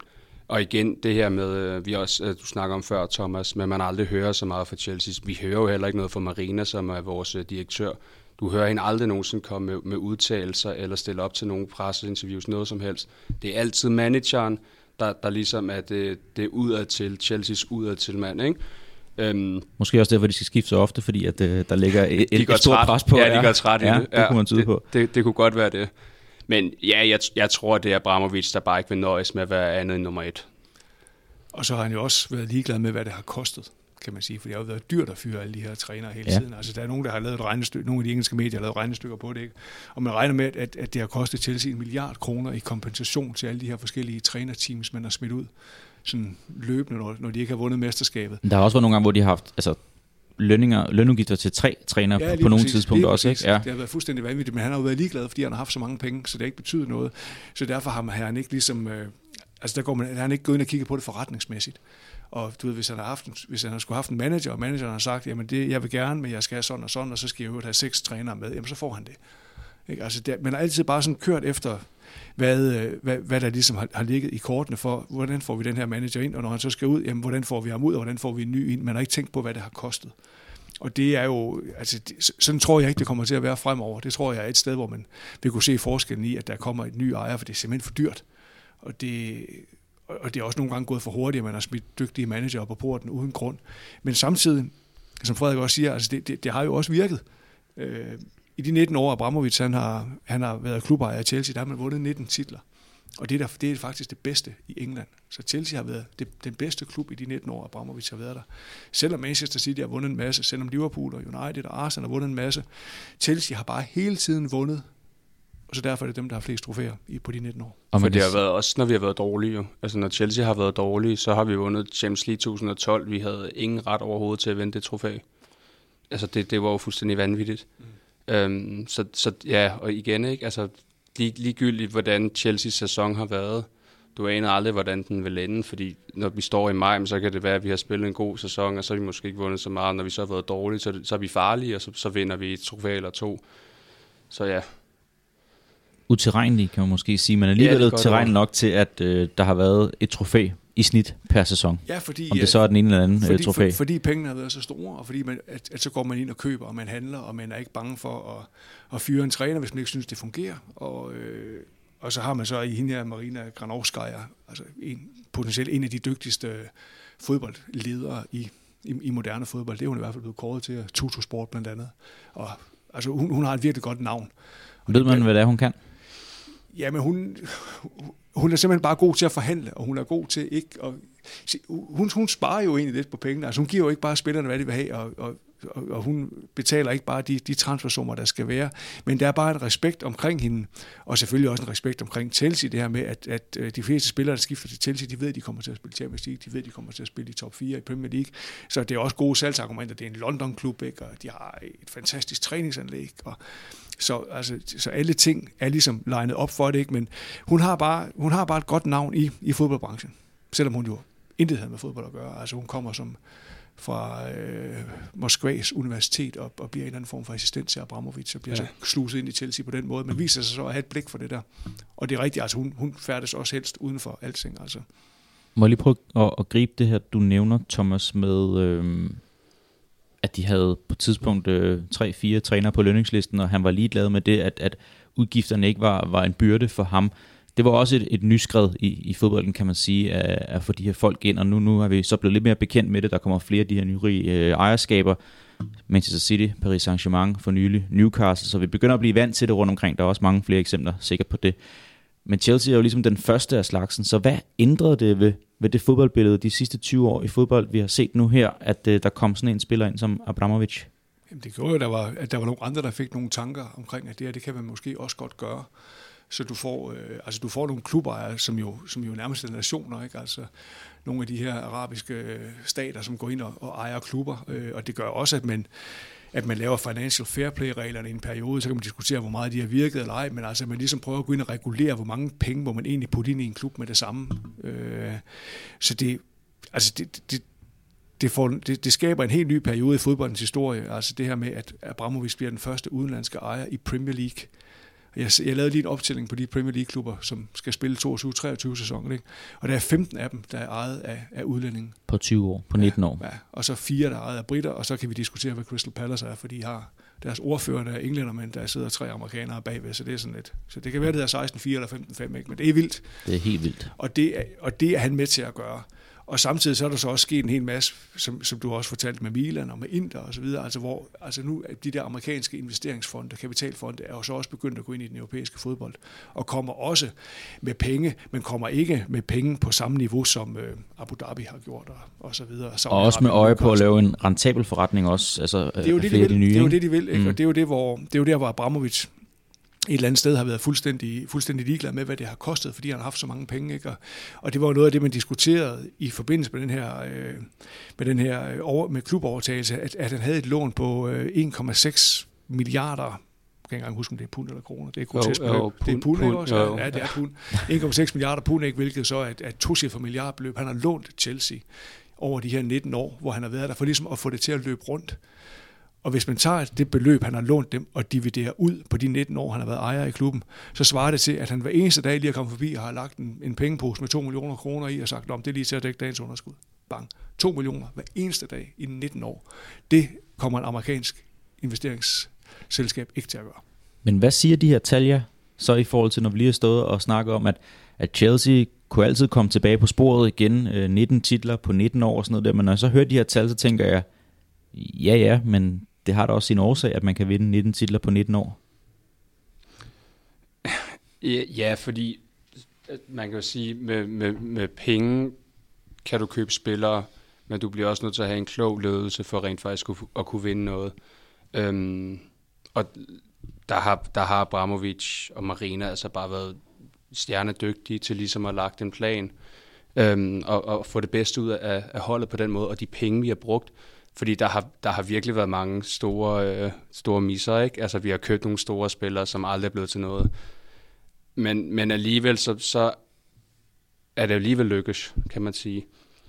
Og igen, det her med, vi også, du snakker om før, Thomas, men man aldrig hører så meget fra Chelsea. Vi hører jo heller ikke noget fra Marina, som er vores direktør. Du hører hende aldrig nogensinde komme med udtalelser eller stille op til nogle presseinterviews, noget som helst. Det er altid manageren, der ligesom er det udadtil, Chelseas udadtil mand, ikke? Måske også derfor, de skal skifte så ofte, fordi at der ligger et stort pres på. Ja, de går træt i det. Det kunne man tyde på. Det kunne godt være det. Men ja, jeg tror, det er Abramovich, der bare ikke vil nøjes med at være andet end nummer 1. Og så har han jo også været ligeglad med, hvad det har kostet, kan man sige. For det har jo været dyrt at fyre alle de her trænere hele tiden. Altså, der er nogen, der har lavet et regnestykke, nogle af de engelske medier har lavet regnestykker på det, ikke? Og man regner med, at det har kostet Chelsea 1 milliard kroner i kompensation til alle de her forskellige trænerteams, man har smidt ud sådan løbende, når de ikke har vundet mesterskabet. Der har også været nogle gange, hvor de har haft lønudgifter til 3 trænere på nogle tidspunkter også, ikke? Ja. Det har været fuldstændig vanvittigt, men han har jo været ligeglad, fordi han har haft så mange penge, så det ikke betyder noget. Så derfor har han ikke ligesom, han ikke gået ind og kigget på det forretningsmæssigt. Og du ved, hvis han skulle have haft en manager, og manageren har sagt, jamen det jeg vil gerne, men jeg skal have sådan, og så skal jeg jo have 6 trænere med, jamen så får han det. Ikke? Altså man har altid bare sådan kørt efter, hvad der ligesom har ligget i kortene for, hvordan får vi den her manager ind, og når han så skal ud, jamen hvordan får vi ham ud, og hvordan får vi en ny ind. Man har ikke tænkt på, hvad det har kostet. Og det er jo, sådan tror jeg ikke, det kommer til at være fremover. Det tror jeg er et sted, hvor man vil kunne se forskellen i, at der kommer et ny ejer, for det er simpelthen for dyrt. Og det er også nogle gange gået for hurtigt, at man har smidt dygtige manager på porten uden grund. Men samtidig, som Frederik også siger, altså det har jo også virket. I de 19 år, Abramovich han har været klubejer i Chelsea, der har man vundet 19 titler. Og det er faktisk det bedste i England. Så Chelsea har været den bedste klub i de 19 år, Abramovich har været der. Selvom Manchester City har vundet en masse, selvom Liverpool og United og Arsenal har vundet en masse, Chelsea har bare hele tiden vundet. Og så derfor er det dem, der har flest trofæer på de 19 år. For det har været også, når vi har været dårlige. Jo. Altså når Chelsea har været dårlige, så har vi vundet Champions League 2012. Vi havde ingen ret overhovedet til at vinde det trofæ. Altså det var jo fuldstændig vanvittigt. Så ja, og igen, ikke? Altså ligegyldigt, hvordan Chelseas sæson har været. Du aner aldrig, hvordan den vil ende, fordi når vi står i maj, så kan det være, at vi har spillet en god sæson, og så har vi måske ikke vundet så meget. Når vi så har været dårlige, så er vi farlige, og så vinder vi et trofæ eller 2. Så ja. Utilregnelig, kan man måske sige, men alligevel tilregnelig nok til, at der har været et trofæ i snit per sæson. Ja, fordi, om det så er den ene eller anden trofæ. Fordi pengene har været så store, og fordi at så går man ind og køber, og man handler, og man er ikke bange for at fyre en træner, hvis man ikke synes, det fungerer. Og så har man så i hende her Marina Granovskaya, altså potentielt en af de dygtigste fodboldledere i moderne fodbold. Det er hun i hvert fald blevet kåret til, Tuttosport blandt andet. Og altså hun har et virkelig godt navn. Ved man, hvad det er, hun kan? Jamen, hun er simpelthen bare god til at forhandle, og hun er god til ikke at... Hun sparer jo egentlig lidt på pengene. Altså, hun giver jo ikke bare spillerne, hvad de vil have, og hun betaler ikke bare de transfersummer, der skal være. Men der er bare en respekt omkring hende, og selvfølgelig også en respekt omkring Chelsea, det her med, at de fleste spillere, der skifter til Chelsea, de ved, at de kommer til at spille Champions League, de ved, at de kommer til at spille i top 4 i Premier League. Så det er også gode salgsargumenter. Det er en London-klub, ikke? Og de har et fantastisk træningsanlæg, og så alle ting er ligesom legnet op for det, ikke? Men hun har bare et godt navn i fodboldbranchen, selvom hun jo intet havde med fodbold at gøre. Altså hun kommer fra Moskvas universitet og bliver en eller anden form for assistent til Abramovich, og bliver så sluset ind i Chelsea på den måde, men viser sig så at have et blik for det der. Og det er rigtigt, altså hun færdes også helst uden for alting. Altså. Må jeg lige prøve at gribe det her, du nævner, Thomas, med at de havde på et tidspunkt 3-4 trænere på lønningslisten, og han var ligeglad med det, at udgifterne ikke var en byrde for ham. Det var også et nyskred i fodbolden, kan man sige, at få de her folk ind, og nu har vi så blevet lidt mere bekendt med det. Der kommer flere af de her nyrige ejerskaber. Manchester City, Paris Saint-Germain for nylig, Newcastle, så vi begynder at blive vant til det rundt omkring. Der er også mange flere eksempler sikkert på det. Men Chelsea er jo ligesom den første af slagsen, så hvad ændrede det ved det fodboldbillede de sidste 20 år i fodbold, vi har set nu her, at der kom sådan en spiller ind som Abramovich? Jamen det gjorde jo, at der var nogle andre, der fik nogle tanker omkring, at det kan man måske også godt gøre. Så du får nogle klubejere, som jo nærmest er nationer, ikke? Altså nogle af de her arabiske stater, som går ind og ejer klubber, og det gør også, at man laver financial fair play-reglerne i en periode, så kan man diskutere, hvor meget de har virket eller ej, men altså man ligesom prøver at gå ind og regulere, hvor mange penge må man egentlig putte ind i en klub med det samme. Så det skaber en helt ny periode i fodboldens historie, altså det her med, at Abramovich bliver den første udenlandske ejer i Premier League, Jeg lavede lige en optælling på de Premier League-klubber, som skal spille 22-23 sæsonen, ikke? Og der er 15 af dem, der er ejet af udlændinge. På 20 år, på 19 år. Ja, og så 4, der er ejet af britter, og så kan vi diskutere, hvad Crystal Palace er, for de har deres ordfører, der er englænder, men der sidder 3 amerikanere bagved, så det er sådan lidt. Så det kan være, det er 16-4 eller 15-5, ikke? Men det er vildt. Det er helt vildt. Og det er han med til at gøre. Og samtidig så er der så også sket en hel masse, som du også fortalte med Milan og med Inter og så videre, altså nu de der amerikanske investeringsfonde, kapitalfonde, er jo så også begyndt at gå ind i den europæiske fodbold, og kommer også med penge, men kommer ikke med penge på samme niveau, som Abu Dhabi har gjort og så videre. Og også med øje på at lave en rentabel forretning også, altså det er jo det, de vil. Det er jo det, de vil, ikke? Og det er jo der, hvor Abramovich et eller andet sted har været fuldstændig ligeglad med, hvad det har kostet, fordi han har haft så mange penge, ikke? Og det var jo noget af det, man diskuterede i forbindelse med klubovertagelse, at han havde et lån på 1,6 milliarder. Jeg kan ikke engang huske, om det er pund eller kroner. Det er grotesk beløb. Det er pund, ikke også? Ja, det er pund. 1,6 milliarder pund, ikke? Hvilket så er et tocifret milliardbeløb. Han har lånt Chelsea over de her 19 år, hvor han har været der, for ligesom at få det til at løbe rundt. Og hvis man tager det beløb, han har lånt dem, og dividerer ud på de 19 år, han har været ejer i klubben, så svarer det til, at han hver eneste dag lige er kommet forbi og har lagt en pengepose med 2 millioner kroner i og sagt, om det er lige til at dække dagens underskud. Bang. 2 millioner hver eneste dag i 19 år. Det kommer en amerikansk investeringsselskab ikke til at gøre. Men hvad siger de her tal så i forhold til, når vi lige har stået og snakket om, at Chelsea kunne altid komme tilbage på sporet igen, 19 titler på 19 år og sådan noget der, men når jeg så hører de her tal, så tænker jeg, ja, men det har da også sin årsag, at man kan vinde 19 titler på 19 år. Ja, fordi man kan jo sige, med penge kan du købe spillere, men du bliver også nødt til at have en klog ledelse for rent faktisk at kunne vinde noget. Og der har Abramovich og Marina altså bare været stjernedygtige til ligesom at lagt en plan og få det bedste ud af holdet på den måde, og de penge, vi har brugt. Fordi der har virkelig været mange store misser, ikke? Altså, vi har købt nogle store spillere, som aldrig er blevet til noget. Men alligevel, så er det alligevel lykkes, kan man sige.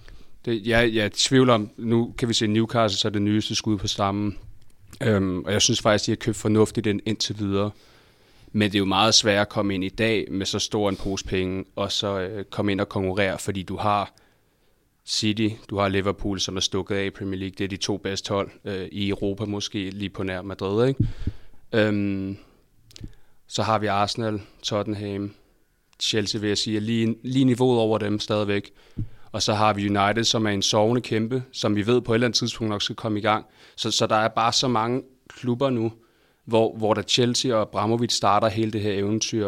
Jeg tvivler om, nu kan vi se Newcastle, så er det nyeste skud på stammen. Og jeg synes faktisk, de har købt fornuftigt indtil videre. Men det er jo meget svært at komme ind i dag med så stor en pose penge, og så komme ind og konkurrere, fordi du har City, du har Liverpool, som er stukket af i Premier League. Det er de 2 bedste hold i Europa, måske lige på nær Madrid, ikke? Så har vi Arsenal, Tottenham, Chelsea, vil jeg sige, lige niveauet over dem stadigvæk. Og så har vi United, som er en sovende kæmpe, som vi ved på et eller andet tidspunkt nok skal komme i gang. Så der er bare så mange klubber nu, hvor der Chelsea og Abramovich starter hele det her eventyr.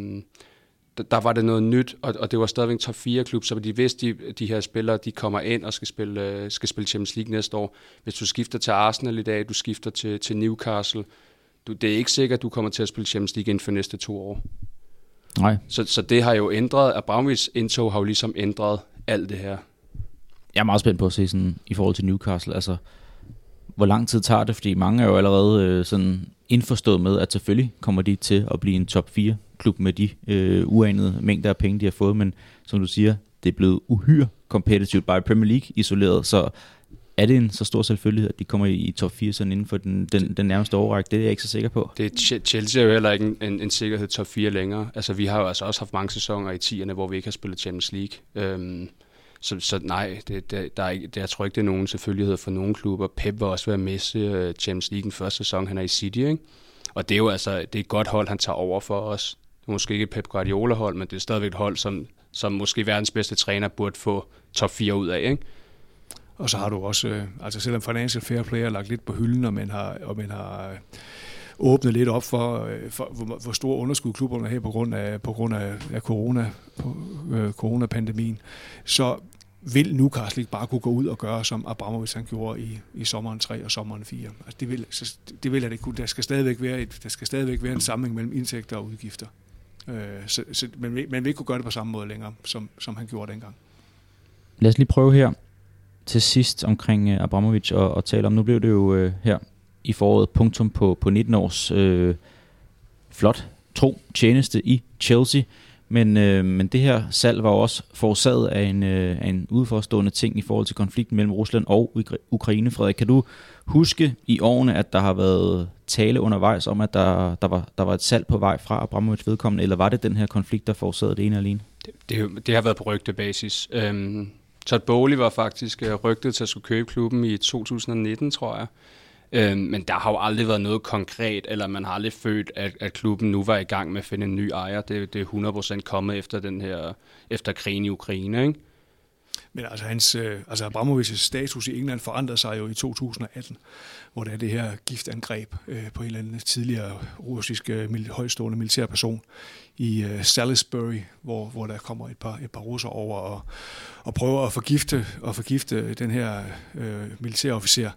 Der var det noget nyt, og det var stadigvæk en top 4-klub, så de vidste, de her spillere, de kommer ind og skal spille Champions League næste år. Hvis du skifter til Arsenal i dag, du skifter til Newcastle, det er ikke sikkert, at du kommer til at spille Champions League inden for næste 2 år. Nej. Så det har jo ændret, Abramovichs indtog har jo ligesom ændret alt det her. Jeg er meget spændt på at se sådan, i forhold til Newcastle, altså hvor lang tid tager det, fordi mange er jo allerede sådan indforstået med, at selvfølgelig kommer de til at blive en top 4 klub med de uanede mængder af penge, de har fået, men som du siger, det er blevet uhyre kompetitivt bare i Premier League isoleret, så er det en så stor selvfølgelighed, at de kommer i top 4 sådan inden for den nærmeste overrække? Det er jeg ikke så sikker på. Chelsea er jo heller ikke en sikkerhed top 4 længere. Altså vi har jo altså også haft mange sæsoner i 10'erne, hvor vi ikke har spillet Champions League. Så nej, jeg tror ikke, det er nogen selvfølgelighed for nogen klubber. Pep vil også være med til Champions League den første sæson, han er i City, ikke? Og det er jo altså det er et godt hold, han tager over for os. Det er måske ikke et Pep Guardiola-hold, men det er stadigvæk et hold, som måske verdens bedste træner burde få top 4 ud af, ikke? Og så har du også, altså selvom Financial Fair Play er lagt lidt på hylden, og man har åbnet lidt op for hvor stor underskud klubberne her på grund af coronapandemien, så vil Newcastle ikke bare kunne gå ud og gøre, som Abramovich han gjorde i sommeren 3 og sommeren 4. Altså det vil det ikke kunne. Der skal stadigvæk være en sammenhæng mellem indtægter og udgifter. Man vil ikke kunne gøre det på samme måde længere, som han gjorde dengang. Lad os lige prøve her til sidst omkring Abramovich og tale om, nu blev det jo her i foråret punktum på 19 års flot tro tjeneste i Chelsea, men det her salg var også forårsaget af en udforstående ting i forhold til konflikten mellem Rusland og Ukraine. Frederik, kan du huske i årene, at der har været tale undervejs om, at der var et salg på vej fra Abramovic vedkommende, eller var det den her konflikt, der forårsagede det ene alene? Det har været på rygtebasis. Todd Boehly var faktisk rygtet til at skulle købe klubben i 2019, tror jeg. Men der har jo aldrig været noget konkret, eller man har aldrig følt, at klubben nu var i gang med at finde en ny ejer. Det er 100% kommet efter krigen i Ukraine, ikke? Men altså Abramovics status i England forandrede sig jo i 2018, hvor der er det her giftangreb på en eller anden tidligere russisk højtstående militærperson i Salisbury, hvor der kommer et par russer over og prøver at forgifte den her militærofficer.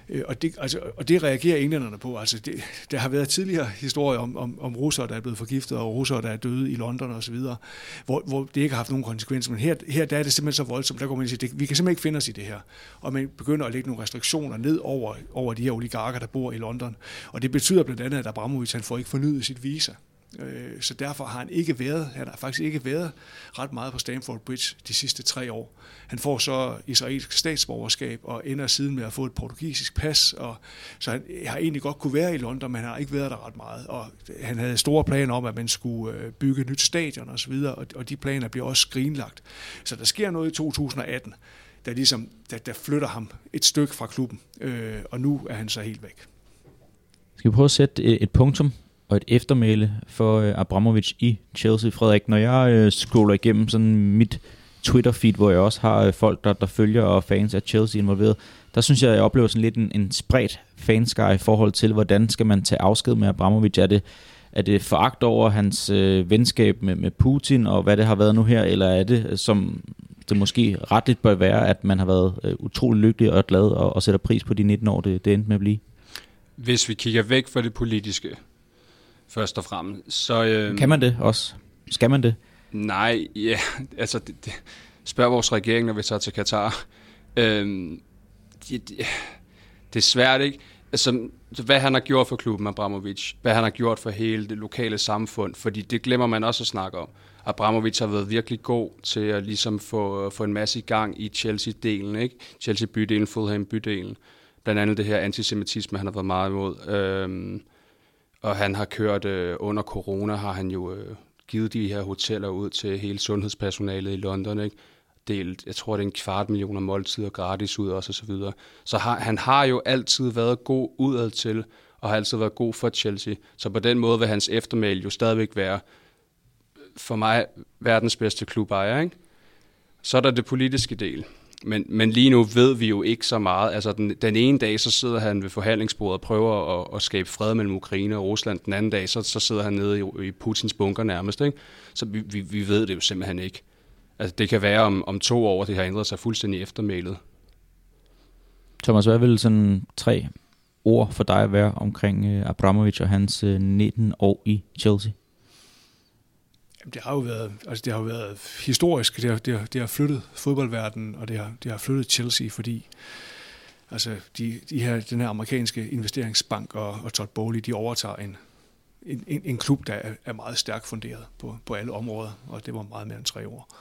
Og det reagerer englænderne på. Altså der har været tidligere historier om russere, der er blevet forgiftet, og russere, der er døde i London og så videre, hvor det ikke har haft nogen konsekvenser. Men her der er det simpelthen så voldsomt, der går man og siger, vi kan simpelthen ikke finde os i det her. Og man begynder at lægge nogle restriktioner ned over de her oligarker, der bor i London. Og det betyder blandt andet, at Abramovic han får ikke fornyet sit visa. Så derfor har han har faktisk ikke været ret meget på Stamford Bridge de sidste 3 år. Han får så israelsk statsborgerskab og ender siden med at få et portugisisk pas, og så han har egentlig godt kunne være i London, men han har ikke været der ret meget. Og han havde store planer om, at man skulle bygge et nyt stadion og så videre, og de planer bliver også skrinlagt. Så der sker noget i 2018, der flytter ham et stykke fra klubben, og nu er han så helt væk. Skal vi prøve at sætte et punktum og et eftermæle for Abramovic i Chelsea, Frederik? Når jeg scroller igennem sådan mit Twitter-feed, hvor jeg også har folk, der følger og fans af Chelsea involveret, der synes jeg oplever sådan lidt en spredt fanskare i forhold til, hvordan skal man tage afsked med Abramovic? Er det foragt over hans venskab med Putin, og hvad det har været nu her, eller er det, som det måske retligt bør være, at man har været utrolig lykkelig og glad og sætter pris på de 19 år, det endte med at blive? Hvis vi kigger væk fra det politiske, først og fremmest, så... Kan man det også? Skal man det? Nej, ja, altså spørg vores regering, når vi tager til Katar. Det er svært, ikke? Altså, hvad han har gjort for klubben, Abramovic, hvad han har gjort for hele det lokale samfund, fordi det glemmer man også at snakke om. Abramovic har været virkelig god til at ligesom få en masse i gang i Chelsea-delen, ikke? Chelsea-bydelen, Fulham-bydelen. Blandt andet det her antisemitisme, han har været meget imod. Og han har kørt under corona, har han jo givet de her hoteller ud til hele sundhedspersonalet i London, ikke? Delt, jeg tror, det er 250.000 måltider gratis ud også, og så videre. Så han har jo altid været god udad til, og har altid været god for Chelsea. Så på den måde vil hans eftermæle jo stadigvæk være, for mig, verdens bedste klubejer, ikke? Så er der det politiske del. Men lige nu ved vi jo ikke så meget. Altså den ene dag, så sidder han ved forhandlingsbordet og prøver at skabe fred mellem Ukraine og Rusland. Den anden dag, så sidder han nede i Putins bunker nærmest, ikke? Så vi ved det jo simpelthen ikke. Altså det kan være om 2 år, det har ændret sig fuldstændig eftermælet. Thomas, hvad vil sådan 3 ord for dig være omkring Abramovic og hans 19 år i Chelsea? Det har jo været historisk. Det har flyttet fodboldverdenen, og det har flyttet Chelsea, fordi altså den her amerikanske investeringsbank og Todd Boehly, de overtager en klub, der er meget stærkt funderet på alle områder, og det var meget mere end 3 år.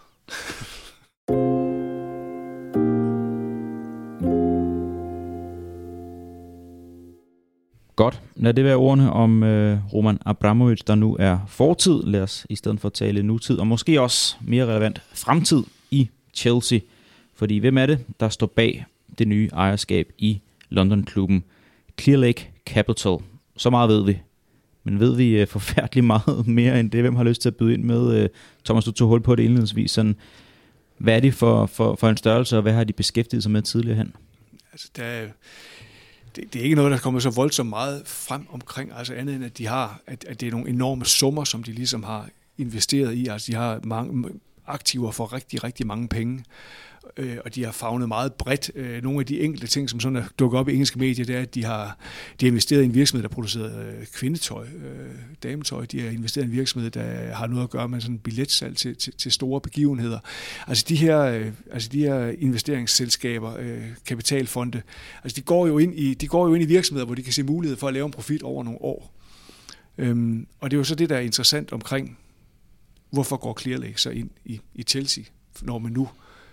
Godt. Lad det være ordene om Roman Abramovic, der nu er fortid. Lad os i stedet for tale nutid, og måske også mere relevant fremtid i Chelsea. Fordi hvem er det, der står bag det nye ejerskab i London-klubben Clearlake Capital? Så meget ved vi. Men ved vi forfærdeligt meget mere end det? Hvem har lyst til at byde ind med? Thomas, du tog hul på det indledningsvis. Sådan, hvad er det for en størrelse, og hvad har de beskæftiget sig med tidligere hen? Altså, det er ikke noget, der kommer så voldsomt meget frem omkring, altså andet end, at det er nogle enorme summer, som de ligesom har investeret i. Altså de har mange aktiver for rigtig, rigtig mange penge, og de har favnet meget bredt. Nogle af de enkelte ting, som sådan er dukket op i engelske medier, det er, at de har investeret i en virksomhed, der producerer kvindetøj, dametøj. De har investeret i en virksomhed, der har noget at gøre med sådan billetsalg til store begivenheder. Altså de her investeringsselskaber, kapitalfonde, altså de går jo ind i virksomheder, hvor de kan se mulighed for at lave en profit over nogle år. Og det er jo så det, der er interessant omkring, hvorfor går Clearlake så ind i Chelsea, når man nu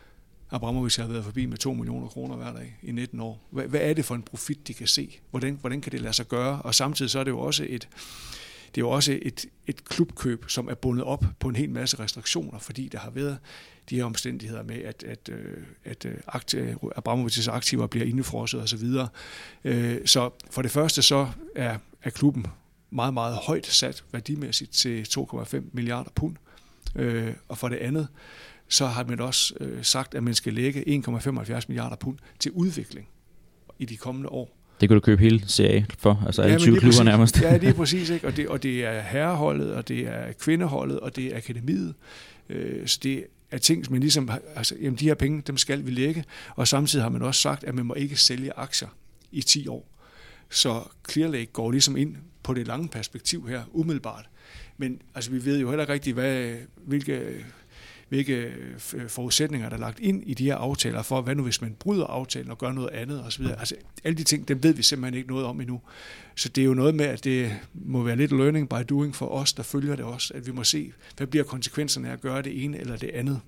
Abramovich har været forbi med 2 millioner kroner hver dag i 19 år. Hvad er det for en profit, de kan se? Hvordan kan det lade sig gøre? Og samtidig så er det jo også et klubkøb, som er bundet op på en hel masse restriktioner, fordi der har været de her omstændigheder med, at Abramovichs aktiver bliver indefrosset osv. Så for det første så er klubben meget, meget højt sat værdimæssigt til 2,5 milliarder pund. Og for det andet, så har man også sagt, at man skal lægge 1,75 milliarder pund til udvikling i de kommende år. Det kan du købe hele CA for, altså alle 20 klubber nærmest. Ja, det er præcis, ikke? Og det er herreholdet, og det er kvindeholdet, og det er akademiet. Så det er ting, som man ligesom, altså, jamen de her penge, dem skal vi lægge, og samtidig har man også sagt, at man må ikke sælge aktier i 10 år. Så Clear Lake går ligesom ind på det lange perspektiv her, umiddelbart. Men altså, vi ved jo heller ikke rigtigt, hvilke forudsætninger, der er lagt ind i de her aftaler for, hvad nu hvis man bryder aftalen og gør noget andet osv. Altså, alle de ting, dem ved vi simpelthen ikke noget om endnu. Så det er jo noget med, at det må være lidt learning by doing for os, der følger det også, at vi må se, hvad bliver konsekvenserne af at gøre det ene eller det andet.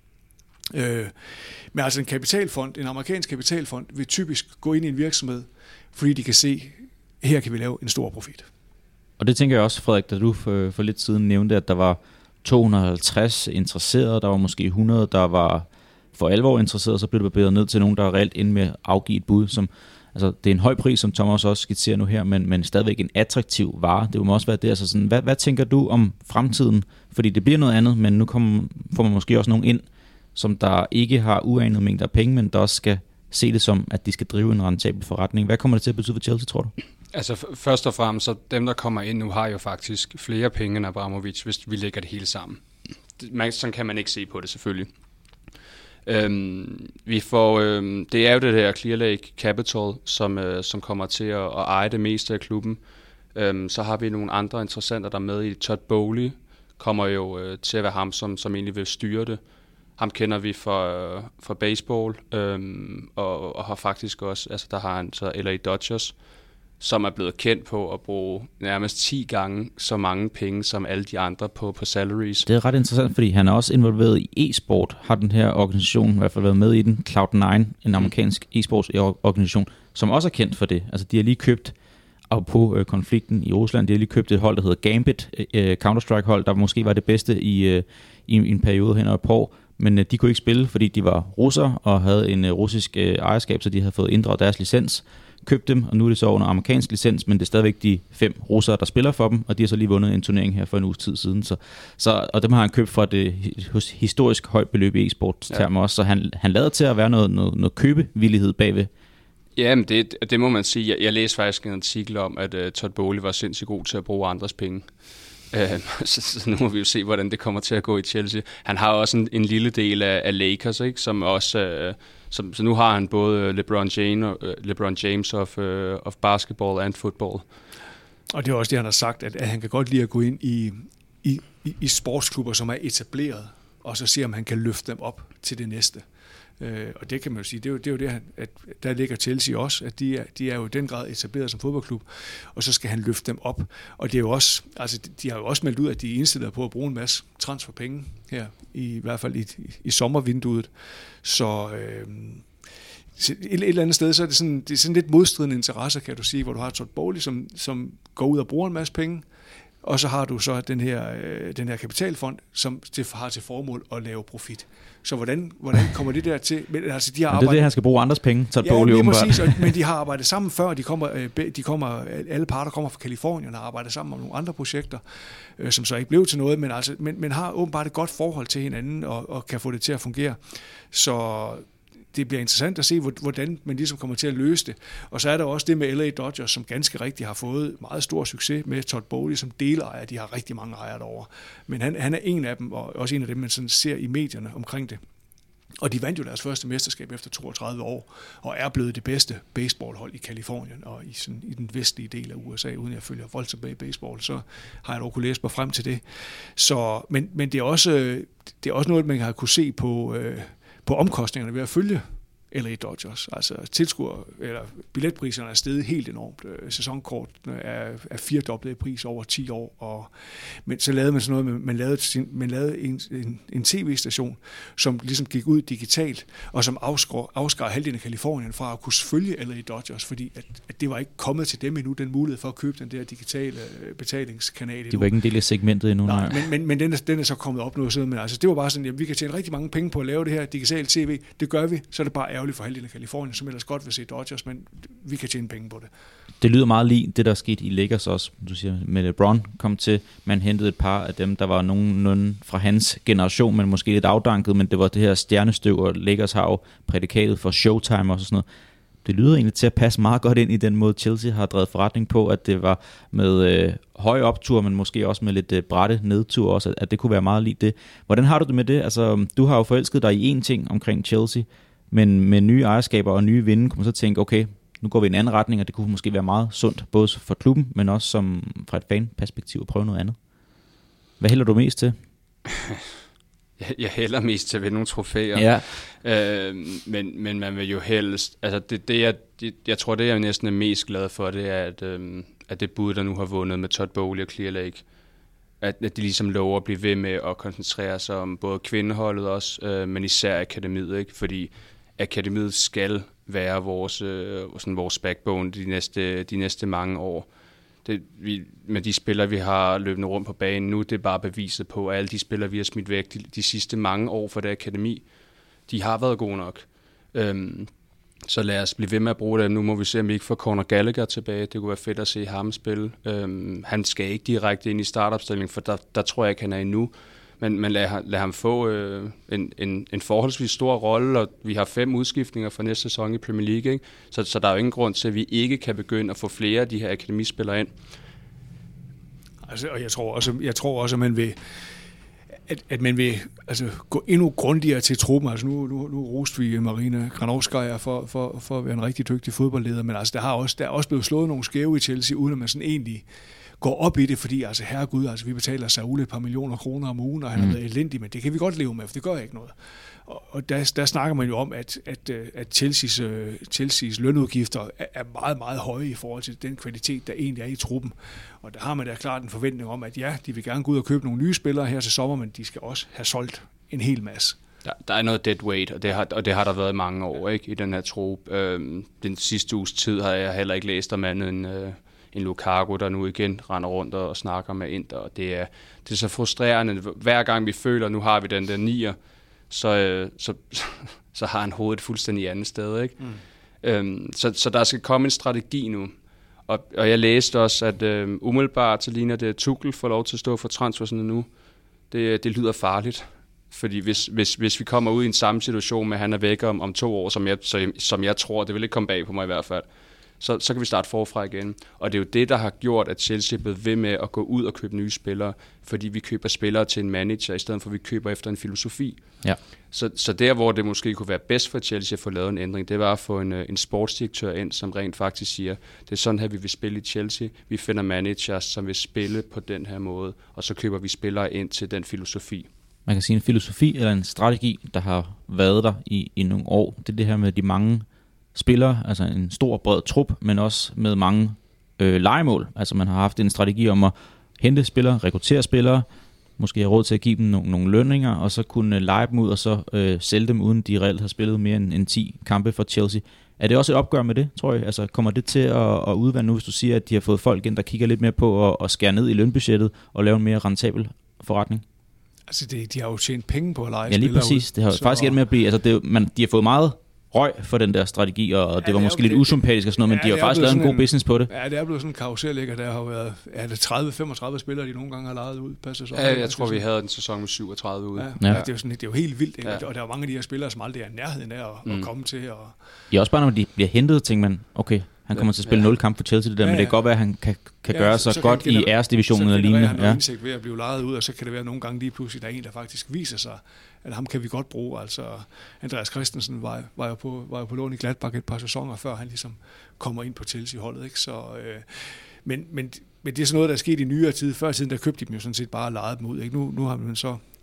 Men altså en amerikansk kapitalfond, vil typisk gå ind i en virksomhed, fordi de kan se, her kan vi lave en stor profit. Og det tænker jeg også, Frederik, da du for lidt siden nævnte, at der var 250 interesserede, der var måske 100, der var for alvor interesserede, så blev det barberet ned til nogen, der er reelt inde med at afgive et bud. Altså, det er en høj pris, som Thomas også skitserer nu her, men stadigvæk en attraktiv vare. Det må også være det. Altså sådan, hvad tænker du om fremtiden? Fordi det bliver noget andet, men nu får man måske også nogen ind, som der ikke har uanet mængder af penge, men der også skal se det som, at de skal drive en rentabel forretning. Hvad kommer det til at betyde for Chelsea, tror du? Altså først og fremmest, så dem, der kommer ind nu, har jo faktisk flere penge end Abramovich, hvis vi lægger det hele sammen. Sådan kan man ikke se på det, selvfølgelig. Det er jo det der Clear Lake Capital, som kommer til at eje det meste af klubben. Så har vi nogle andre interessenter, der er med i. Todd Bowley kommer jo til at være ham, som egentlig vil styre det. Ham kender vi fra baseball, og har faktisk også, altså der har han så LA Dodgers, som er blevet kendt på at bruge nærmest 10 gange så mange penge som alle de andre på salaries. Det er ret interessant, fordi han er også involveret i e-sport, har den her organisation i hvert fald været med i den, Cloud9, en amerikansk e-sports-organisation, som også er kendt for det. Altså de har lige købt, på konflikten i Rusland, de har lige købt et hold, der hedder Gambit, Counter-Strike-hold, der måske var det bedste i en periode hen og et par år, men de kunne ikke spille, fordi de var russere og havde en russisk ejerskab, så de havde fået inddraget deres licens, købt dem, og nu er det så under amerikansk licens, men det er stadigvæk de 5 russere, der spiller for dem, og de har så lige vundet en turnering her for en uges tid siden. Og dem har han købt for det historisk højt beløb i e-sportstermer også, så han lader til at være noget købevillighed bagved. Ja, men det må man sige. Jeg læste faktisk en artikel om, at Todd Bowley var sindssygt god til at bruge andres penge. Så nu må vi jo se, hvordan det kommer til at gå i Chelsea. Han har også en lille del af Lakers, ikke? Som også... Så nu har han både LeBron James of basketball and football. Og det er også det, han har sagt, at han kan godt lide at gå ind i sportsklubber, som er etableret, og så se, om han kan løfte dem op til det næste. Og det kan man jo sige, det er jo det, at der ligger Chelsea også, at de er jo i den grad etableret som fodboldklub, og så skal han løfte dem op. Og det er jo også, altså de har jo også meldt ud, at de er indstillet på at bruge en masse transferpenge her, i hvert fald i sommervinduet. Så et eller andet sted, så er det sådan lidt modstridende interesser, kan du sige, hvor du har Todd Bowley, som går ud og bruger en masse penge, og så har du så den her kapitalfond, som har til formål at lave profit. Så hvordan kommer det der til? Men, altså, de har det er det, han skal bruge andres penge, Todd Bowley åbenbart. Præcis, men de har arbejdet sammen før, alle parter kommer fra Kalifornien og har arbejdet sammen om nogle andre projekter, som så ikke blev til noget, men har åbenbart et godt forhold til hinanden og kan få det til at fungere. Så det bliver interessant at se, hvordan man ligesom kommer til at løse det. Og så er der også det med LA Dodgers, som ganske rigtigt har fået meget stor succes med Todd Bowley som delejer. De har rigtig mange ejere derovre. Men han er en af dem, og også en af dem, man sådan ser i medierne omkring det. Og de vandt jo deres første mesterskab efter 32 år, og er blevet det bedste baseballhold i Kalifornien og i den vestlige del af USA, uden jeg følger voldsomt med i baseball, så har jeg dog kunne læse mig frem til det. Så, men det er også noget, man har kunne se på omkostningerne ved at følge LA Dodgers. Altså billetpriserne er steget helt enormt. Sæsonkortene er 4-doblet i pris over 10 år. Men så lavede man sådan noget, man lavede en tv-station, som ligesom gik ud digitalt, og som afskar halvdelen af Kalifornien fra at kunne følge LA Dodgers, fordi at det var ikke kommet til dem endnu, den mulighed for at købe den der digitale betalingskanal endnu. Det var ikke en del af segmentet endnu. Nej, men den er så kommet op noget siden. Men altså, det var bare sådan, at vi kan tjene rigtig mange penge på at lave det her digitale tv. Det gør vi, så er det bare ærgerligt for halvdelen af Kalifornien, som ellers godt vil se Dodgers, men vi kan tjene penge på det. Det lyder meget lige det, der skete i Lakers også, du siger, med LeBron kom til. Man hentede et par af dem, der var nogen fra hans generation, men måske lidt afdanket, men det var det her stjernestøv, og Lakers har jo prædikatet for Showtime og sådan noget. Det lyder egentlig til at passe meget godt ind i den måde, Chelsea har drevet forretning på, at det var med høj optur, men måske også med lidt bratte nedtur også, at det kunne være meget lige det. Hvordan har du det med det? Altså, du har jo forelsket dig i én ting omkring Chelsea, men med nye ejerskaber og nye vinde, kunne man så tænke, okay, nu går vi i en anden retning, og det kunne måske være meget sundt, både for klubben, men også som fra et fanperspektiv at prøve noget andet. Hvad hælder du mest til? Jeg hælder mest til at vinde nogle trofæer. Ja. Men man vil jo helst... Altså jeg tror, det jeg næsten er mest glad for, det er, at det bud, der nu har vundet med Todd Bowley og Clear Lake, at de ligesom lover at blive ved med at koncentrere sig om både kvindeholdet også, men især akademiet, ikke? Fordi akademiet skal være vores backbone de næste mange år. Med de spillere, vi har løbende rundt på banen nu, det er bare beviset på, at alle de spillere, vi har smidt væk de sidste mange år for det akademi, de har været gode nok. Så lad os blive ved med at bruge det. Nu må vi se, om vi ikke får Conor Gallagher tilbage. Det kunne være fedt at se ham spille. Han skal ikke direkte ind i startopstillingen, for der tror jeg ikke, han er endnu. Men lad ham få en forholdsvis stor rolle, og vi har 5 udskiftninger for næste sæson i Premier League, ikke? Så der er jo ingen grund til, at vi ikke kan begynde at få flere af de her akademispillere ind. Altså, og jeg tror også, at man vil gå endnu grundigere til truppen. Altså nu roste vi Marina Granovskaya for at være en rigtig dygtig fodboldleder, men altså der er også blevet slået nogle skæve i Chelsea, uden at man sådan egentlig går op i det, fordi altså herregud, altså vi betaler Saul et par millioner kroner om ugen, og han har været elendig, men det kan vi godt leve med, for det gør ikke noget. Og der snakker man jo om, at Chelseas lønudgifter er meget, meget høje i forhold til den kvalitet, der egentlig er i truppen. Og der har man da klart en forventning om, at ja, de vil gerne gå ud og købe nogle nye spillere her til sommer, men de skal også have solgt en hel masse. Der er noget dead weight, og det har der været i mange år, ikke, i den her truppe. Den sidste uges tid har jeg heller ikke læst om andet end en Lukaku, der nu igen render rundt og snakker med Inter, og det er så frustrerende. Hver gang vi føler, nu har vi den der 9'er, så har han hovedet fuldstændig andet sted, ikke? Så der skal komme en strategi nu. Og jeg læste også, at umiddelbart så ligner det, at Tuchel får lov til at stå for transfersene nu. Det lyder farligt. Fordi hvis vi kommer ud i en samme situation med, at han er væk om 2 år, som jeg tror, det vil ikke komme bag på mig i hvert fald, så kan vi starte forfra igen. Og det er jo det, der har gjort, at Chelsea er blevet ved med at gå ud og købe nye spillere, fordi vi køber spillere til en manager, i stedet for at vi køber efter en filosofi. Ja. Så der, hvor det måske kunne være bedst for Chelsea at få lavet en ændring, det var at få en sportsdirektør ind, som rent faktisk siger, det er sådan her, vi vil spille i Chelsea. Vi finder managers, som vil spille på den her måde, og så køber vi spillere ind til den filosofi. Man kan sige en filosofi eller en strategi, der har været der i nogle år. Det er det her med de mange spillere, altså en stor bred trup, men også med mange lejemål. Altså man har haft en strategi om at hente spillere, rekruttere spillere, måske have råd til at give dem nogle lønninger, og så kunne leje dem ud, og så sælge dem, uden de reelt har spillet mere end 10 kampe for Chelsea. Er det også et opgør med det, tror jeg? Altså kommer det til at udvande nu, hvis du siger, at de har fået folk ind, der kigger lidt mere på at skære ned i lønbudgettet og lave en mere rentabel forretning? Altså de har jo tjent penge på at leje spillere. Ja, lige præcis. Ud, det har faktisk endt med at blive, altså de har fået meget røg for den der strategi, og det var måske lidt usympatisk og sådan noget, men de har faktisk lavet en god business på det. Ja, det er blevet sådan en karusel, der har været, det 30-35 spillere, de nogle gange har lejet ud per sæson. Ja, jeg tror, vi havde en sæson med 37 ude. Ja. Det er jo helt vildt, ikke? Og der er mange af de her spillere, som aldrig er i nærheden af at komme til. Ja, også bare når de bliver hentet, tænker man, okay, han kommer til at spille 0 kamp for Chelsea, det der, men det kan godt være, at han kan gøre så godt i æresdivisionen eller lignende. Så kan han indsigt ved at blive lejet ud, og så kan det være nogle gange lige pludselig, der er en, der faktisk viser sig, at ham kan vi godt bruge. Altså, Andreas Christensen var jo på lån i Gladbach et par sæsoner, før han ligesom kommer ind på Chelsea-holdet. Ikke? Så, men det er sådan noget, der er sket i nyere tid. Før i tiden, der købte de dem jo sådan set bare og lejede dem ud. Ikke? Nu har man så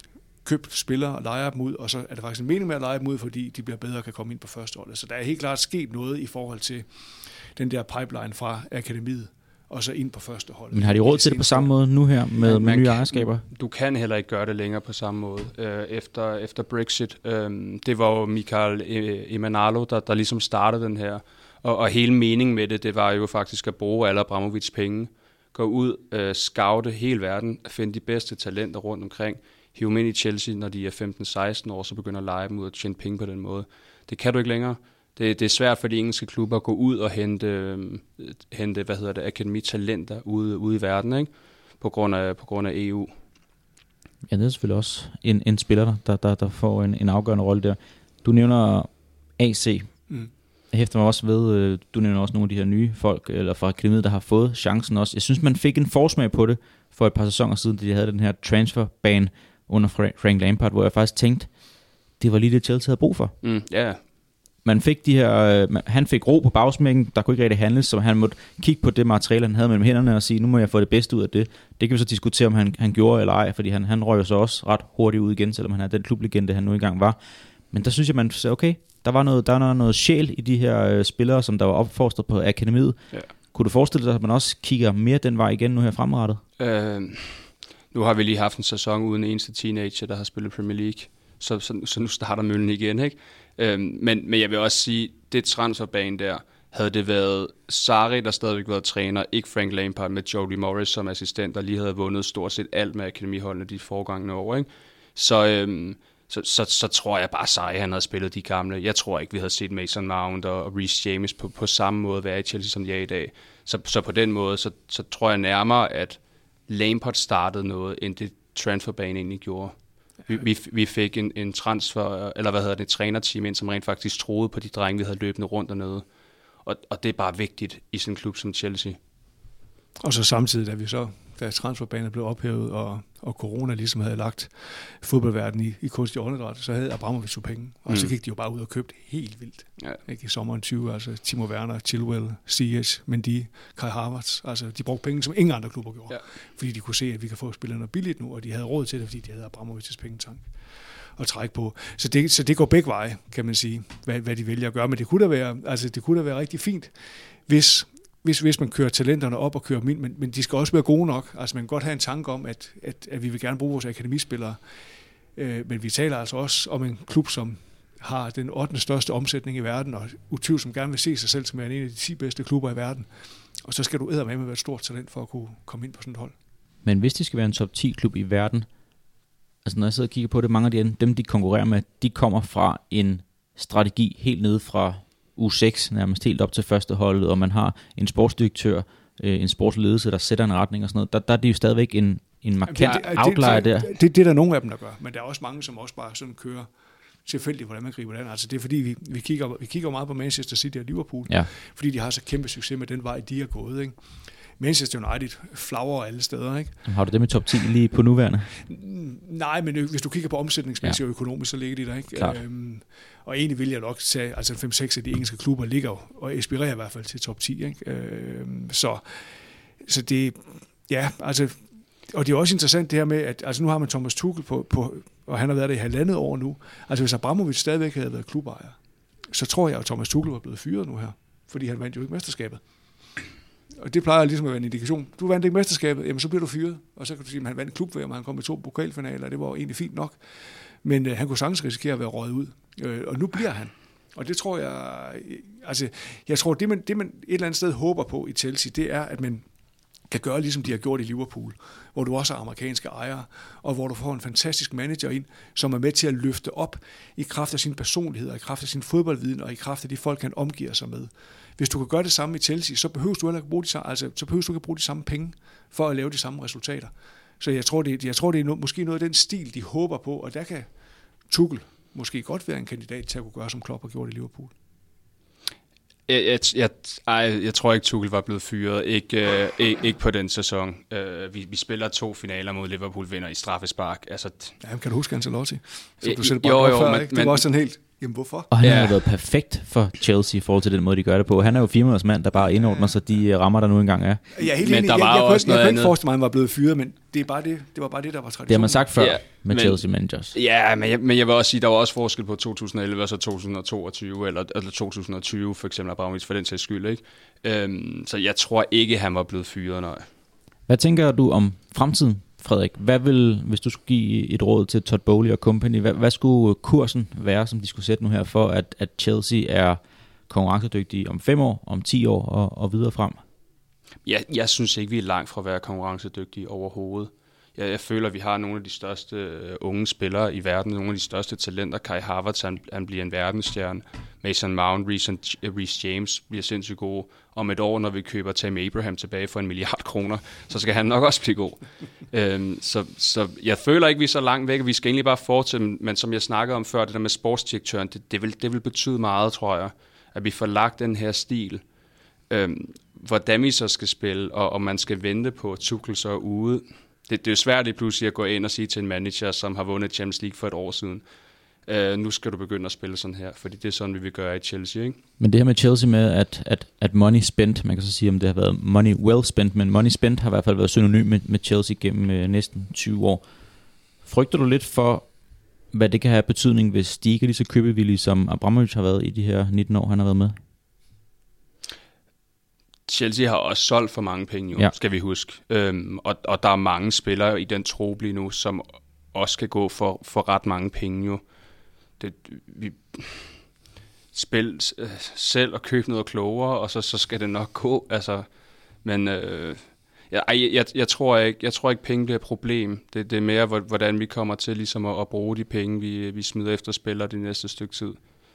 købt spillere og lejer dem ud, og så er det faktisk en mening med at leje dem ud, fordi de bliver bedre og kan komme ind på førsteholdet. Så der er helt klart sket noget i forhold til den der pipeline fra akademiet, og så ind på første hold. Men har de råd til det på samme måde nu her med nye ejerskaber? Du kan heller ikke gøre det længere på samme måde efter Brexit. Det var jo Michael Emenalo, der ligesom startede den her. Og hele meningen med det var jo faktisk at bruge alle Abramovics penge. Gå ud, scoute hele verden, finde de bedste talenter rundt omkring, hive dem ind i Chelsea, når de er 15-16 år, så begynder at lege dem ud og tjene penge på den måde. Det kan du ikke længere. Det er svært for de engelske klubber at gå ud og hente akademitalenter ude i verden, ikke? På grund af EU. Ja, det er selvfølgelig også en spiller, der får en afgørende rolle der. Du nævner AC. Jeg hæfter mig også ved, du nævner også nogle af de her nye folk, eller fra akademiet, der har fået chancen også. Jeg synes, man fik en forsmag på det for et par sæsoner siden, da de havde den her transferban under Frank Lampard, hvor jeg faktisk tænkte, det var lige det, Chelsea havde brug for. Yeah. Man fik han fik ro på bagsmækken, der kunne ikke rigtig handles, så han måtte kigge på det materiale, han havde mellem hænderne og sige, nu må jeg få det bedste ud af det. Det kan vi så diskutere, om han gjorde eller ej, fordi han røg jo så også ret hurtigt ud igen, selvom han er den klublegende, han nu engang var. Men der synes jeg, man sagde, okay, der var noget sjæl i de her spillere, som der var opfostret på akademiet. Ja. Kunne du forestille dig, at man også kigger mere den vej igen nu her fremrettet? Nu har vi lige haft en sæson uden eneste teenager, der har spillet Premier League. Så nu starter møllen igen, ikke? Men jeg vil også sige, det transferbane der, havde det været Sarri, der stadigvæk været træner, ikke Frank Lampard med Jody Morris som assistent, der lige havde vundet stort set alt med akademiholdene de forgangne år, ikke? Så tror jeg bare, Sarri han havde spillet de gamle. Jeg tror ikke, vi havde set Mason Mount og Reece James på samme måde være i Chelsea, som de er i dag. Så på den måde, så tror jeg nærmere, at Lampard startede noget, end det transferbanen egentlig gjorde. Vi fik en transfer, eller et trænerteam ind, som rent faktisk troede på de drenge, vi havde løbende rundt dernede. Og det er bare vigtigt i sådan en klub som Chelsea. Og så samtidig, da transferbanen blev ophævet, og corona ligesom havde lagt fodboldverdenen i kunstig åndedræt, så havde Abramovich jo penge. Og så gik de jo bare ud og købte helt vildt. Ja. Ikke? I sommeren 20, altså Timo Werner, Chilwell, Ziyech, Mendy, Kai Havertz. Altså de brugte penge, som ingen andre klubber gjorde. Ja. Fordi de kunne se, at vi kan få spillerne billigt nu, og de havde råd til det, fordi de havde Abramovichs pengetank at trække på. Så det går begge veje, kan man sige, hvad de vælger at gøre. Men det kunne da være rigtig fint, hvis man kører talenterne op og kører dem ind, men de skal også være gode nok. Altså man kan godt have en tanke om, at vi vil gerne bruge vores akademispillere, men vi taler altså også om en klub, som har den 8. største omsætning i verden, og utvivlsomt gerne vil se sig selv som en af de 10 bedste klubber i verden. Og så skal du eddermame være et stort talent for at kunne komme ind på sådan et hold. Men hvis de skal være en top 10 klub i verden, altså når jeg sidder og kigger på det, mange af dem, de konkurrerer med, de kommer fra en strategi helt nede fra U6, nærmest helt op til førsteholdet, og man har en sportsdirektør, en sportsledelse, der sætter en retning og sådan noget. Der er det jo stadigvæk en markant outlier der. Det er der nogle af dem, der gør, men der er også mange, som også bare sådan kører tilfældigt, hvordan man griber det an. Altså det er fordi, vi kigger meget på Manchester City og Liverpool, fordi de har så kæmpe succes med den vej, de er gået, ikke? Manchester United flagrer alle steder, ikke? Har du dem i top 10 lige på nuværende? Nej, men hvis du kigger på omsætningsmæssigt og økonomisk, så ligger de der, ikke? Og egentlig vil jeg nok sige, altså 5-6 af de engelske klubber ligger og aspirerer i hvert fald til top 10, ikke? Så det, ja, altså, og det er også interessant det her med, at altså nu har man Thomas Tuchel på og han har været der i 1,5 år nu. Altså hvis Abramovich stadigvæk havde været klubejer, så tror jeg, at Thomas Tuchel var blevet fyret nu her, fordi han vandt jo ikke mesterskabet. Og det plejer ligesom at være en indikation. Du vandt ikke mesterskabet, jamen så bliver du fyret. Og så kan du sige, at han vandt klub, og han kom i 2 pokalfinaler, og det var egentlig fint nok. Men han kunne sagtens risikere at være røget ud. Og nu bliver han. Og det tror jeg... Altså, jeg tror, det man et eller andet sted håber på i Chelsea, det er, at man kan gøre, ligesom de har gjort i Liverpool, hvor du også har amerikanske ejere, og hvor du får en fantastisk manager ind, som er med til at løfte op i kraft af sin personlighed, og i kraft af sin fodboldviden, og i kraft af de folk, han omgiver sig med. Hvis du kan gøre det samme i Chelsea, så behøver du heller ikke bruge de samme penge for at lave de samme resultater. Så jeg tror, det er måske noget af den stil, de håber på, og der kan Tuchel måske godt være en kandidat til at kunne gøre, som Klopp har gjort i Liverpool. Jeg tror ikke, Tuchel var blevet fyret. Ikke på den sæson. Vi spiller 2 finaler mod Liverpool, vinder i straffespark. Altså, kan du huske Ancelotti? Som du selv bare det var også sådan helt... Jamen, hvorfor? Og han har jo været perfekt for Chelsea i forhold til den måde, de gør det på. Han er jo firmaårsmand, der bare indordner sig de rammer, der nu engang er. Jeg er helt enig. Jeg kunne ikke forestille mig, at han var blevet fyret, men det var bare det, der var traditionen. Det har man sagt før med Chelsea managers. Ja, men jeg vil også sige, der var også forskel på 2011 og så 2022, eller 2020 for eksempel, Abramovich for den sags skyld, ikke? Så jeg tror ikke, han var blevet fyret, nej. Hvad tænker du om fremtiden, Frederik? Hvad vil, hvis du skulle give et råd til Todd Boehly og company, hvad skulle kursen være, som de skulle sætte nu her, for at Chelsea er konkurrencedygtige om 5 år, om 10 år og videre frem? Jeg synes ikke, vi er langt fra at være konkurrencedygtige overhovedet. Jeg føler, at vi har nogle af de største unge spillere i verden, nogle af de største talenter. Kai Havertz, han bliver en verdensstjerne. Mason Mount, Reece James bliver sindssygt gode. Om et år, når vi køber Tammy Abraham tilbage for 1 milliard kroner, så skal han nok også blive god. Så jeg føler ikke, vi er så langt væk, vi skal egentlig bare fortsætte. Men som jeg snakkede om før, det der med sportsdirektøren, det vil betyde meget, tror jeg, at vi får lagt den her stil. Hvordan vi så skal spille, og om man skal vente på Tuchel så ude. Det er jo svært lige pludselig at gå ind og sige til en manager, som har vundet Champions League for et år siden, nu skal du begynde at spille sådan her, fordi det er sådan, vi vil gøre i Chelsea, ikke? Men det her med Chelsea med, at money spent, man kan så sige, om det har været money well spent, men money spent har i hvert fald været synonym med Chelsea gennem næsten 20 år. Frygter du lidt for, hvad det kan have betydning, hvis de ikke er lige så købevillige, som Abramovich har været i de her 19 år, han har været med? Chelsea har også solgt for mange penge, jo, skal vi huske. Og der er mange spillere i den trup lige nu, som også skal gå for ret mange penge, jo. Vi spil selv og købe noget klogere, og så skal det nok gå. Altså, men jeg tror ikke penge bliver et problem. Det er mere, hvordan vi kommer til ligesom at bruge de penge, vi smider efter spillere det næste stykke tid.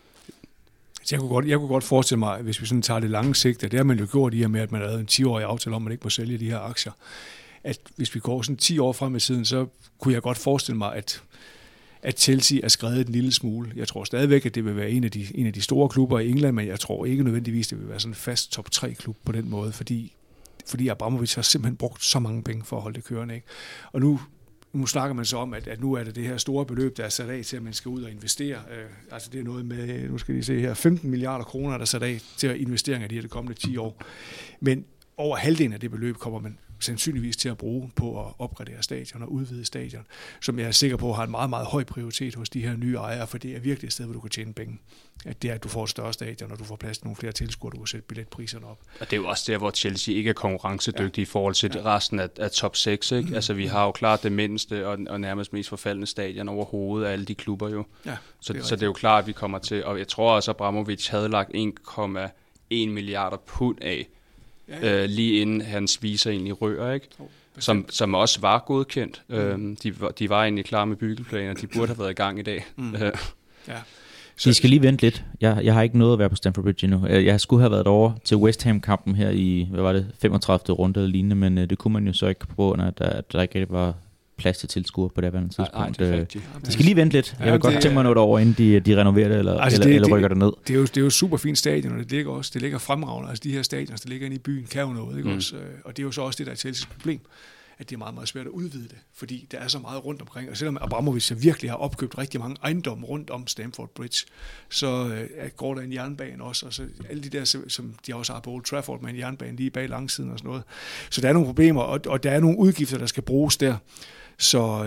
Jeg kunne godt forestille mig, hvis vi sådan tager det lange sigt, det har man jo gjort i og med, at man havde en 10-årig aftale om, at man ikke må sælge de her aktier. At hvis vi går sådan 10 år frem i tiden, så kunne jeg godt forestille mig, at Chelsea er skredet en lille smule. Jeg tror stadigvæk, at det vil være en af de store klubber i England, men jeg tror ikke nødvendigvis, det vil være sådan en fast top 3-klub på den måde, fordi Abramovich har simpelthen brugt så mange penge for at holde det kørende, ikke? Og nu snakker man så om, at nu er det her store beløb, der er sat af til, at man skal ud og investere. Altså det er noget med, nu skal I se her, 15 milliarder kroner, der er sat af til investeringer de her de kommende 10 år. Men over halvdelen af det beløb kommer man sandsynligvis til at bruge på at opgradere stadion og udvide stadion, som jeg er sikker på har en meget, meget høj prioritet hos de her nye ejere, for det er virkelig et sted, hvor du kan tjene penge. At det er, at du får et større stadion, og du får plads til nogle flere tilskuere, du kan sætte billetpriserne op. Og det er jo også der, hvor Chelsea ikke er konkurrencedygtig i forhold til resten af top 6, ikke? Altså vi har jo klart det mindste og nærmest mest forfaldende stadion overhovedet af alle de klubber jo. Ja, så det er jo klart, at vi kommer til, og jeg tror også, at Abramovich havde lagt 1,1 milliarder pund af, lige inden hans viser egentlig rører, ikke? Som også var godkendt. De var egentlig klar med byggeplaner, de burde have været i gang i dag. Ja. Så I skal lige vente lidt. Jeg har ikke nået at være på Stamford Bridge endnu. Jeg skulle have været over til West Ham-kampen her i, 35. runde eller lignende, men det kunne man jo så ikke på grund af, at der ikke var plads til tilskuere på det her tidspunkt. I skal lige vente lidt. Jeg vil godt tænke mig noget over, inden de renoverer det, eller rykker det ned. Det er jo super fint stadion, og det ligger fremragende. Altså de her stadions, der ligger inde i byen, kan jo noget, ikke også? Og det er jo så også det, der er Chelseas problem, at det er meget, meget svært at udvide det, fordi der er så meget rundt omkring. Og selvom Abramovich virkelig har opkøbt rigtig mange ejendomme rundt om Stamford Bridge, så går der en jernbane også, og så alle de der, som de også har på Old Trafford med en jernbane lige bag langsiden og sådan noget. Så der er nogle problemer, og der er nogle udgifter, der skal bruges der. Så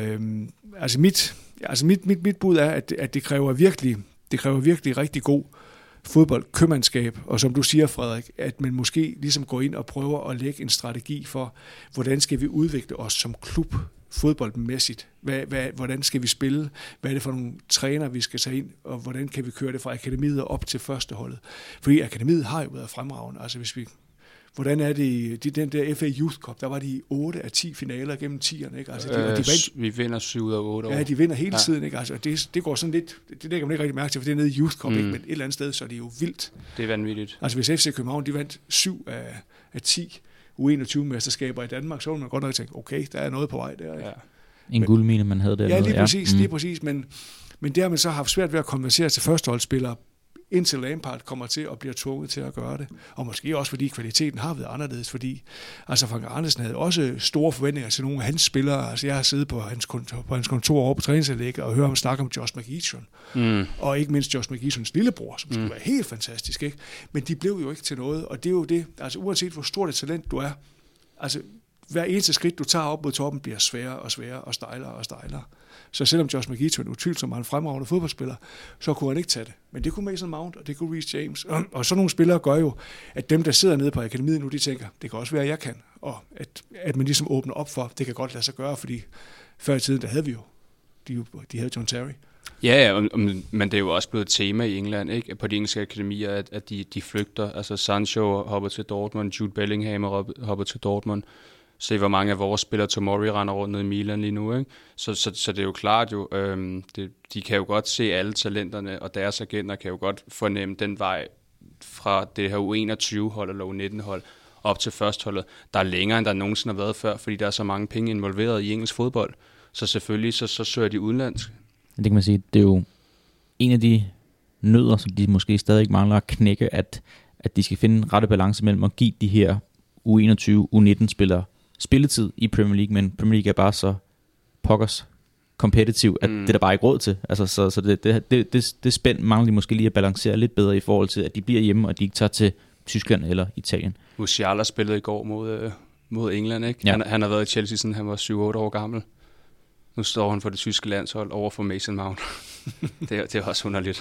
mit bud er, at det kræver virkelig rigtig god fodboldkøbmandskab, og som du siger, Frederik, at man måske ligesom går ind og prøver at lægge en strategi for, hvordan skal vi udvikle os som klub fodboldmæssigt? Hvordan skal vi spille? Hvad er det for nogle træner, vi skal tage ind? Og hvordan kan vi køre det fra akademiet op til førsteholdet? Fordi akademiet har jo været fremragende. Altså hvordan er det i den der FA Youth Cup? Der var de 8 af 10 finaler gennem 10'erne, ikke? Altså, vi vinder 7 ud af 8 år. Ja, de vinder hele tiden, ikke? Altså, det går sådan lidt, det lægger man ikke rigtig mærke til, for det er nede i Youth Cup, ikke? Men et eller andet sted, så er det jo vildt. Det er vanvittigt. Altså hvis FC København, de vandt 7 af 10 U21-mesterskaber i Danmark, så ville man godt nok tænke, okay, der er noget på vej der, ikke? Ja. En guldmine, man havde der. Ja, lige præcis, men det har man så haft svært ved at konversere til førsteholdsspillere indtil Lampard kommer til og bliver tvunget til at gøre det. Og måske også fordi kvaliteten har været anderledes, fordi altså Frank Arnesen havde også store forventninger til nogle af hans spillere. Altså jeg har siddet på hans kontor over på træningsanlægget og hørt ham snakke om Josh McEachern. Og ikke mindst Josh McEachers lillebror, som skulle være helt fantastisk, ikke? Men de blev jo ikke til noget, og det er jo det, altså uanset hvor stort et talent du er, altså hver eneste skridt, du tager op mod toppen, bliver sværere og sværere og stejlere og stejlere. Så selvom Josh McEachern utvivlsomt var en fremragende fodboldspiller, så kunne han ikke tage det. Men det kunne Mason Mount, og det kunne Reece James. Og sådan nogle spillere gør jo, at dem, der sidder nede på akademiet nu, de tænker, det kan også være, at jeg kan. Og at man ligesom åbner op for, det kan godt lade sig gøre, fordi før i tiden, der havde vi jo, de havde John Terry. Ja, men det er jo også blevet et tema i England, ikke? På de engelske akademier, at de flygter. Altså Sancho hopper til Dortmund, Jude Bellingham hopper til Dortmund. Se, hvor mange af vores spillere Tomori render rundt ned i Milan lige nu, ikke? Så det er jo klart jo, de kan jo godt se alle talenterne, og deres agenter kan jo godt fornemme den vej fra det her U21-hold eller U19-hold op til førstholdet, der er længere, end der nogensinde har været før, fordi der er så mange penge involveret i engelsk fodbold. Så selvfølgelig, så søger de udenlandsk. Det kan man sige, det er jo en af de nødder, som de måske stadig mangler at knække, at de skal finde en rette balance mellem at give de her U21, U19-spillere spilletid i Premier League, men Premier League er bare så pokkers kompetitiv, at det er der bare ikke råd til. Altså, så det spænd mangler de måske lige at balancere lidt bedre i forhold til, at de bliver hjemme, og de ikke tager til Tyskland eller Italien. Musiala spillede i går mod England, ikke? Ja. Han har været i Chelsea, siden han var 7-8 år gammel. Nu står han for det tyske landshold over for Mason Mount. det er også underligt.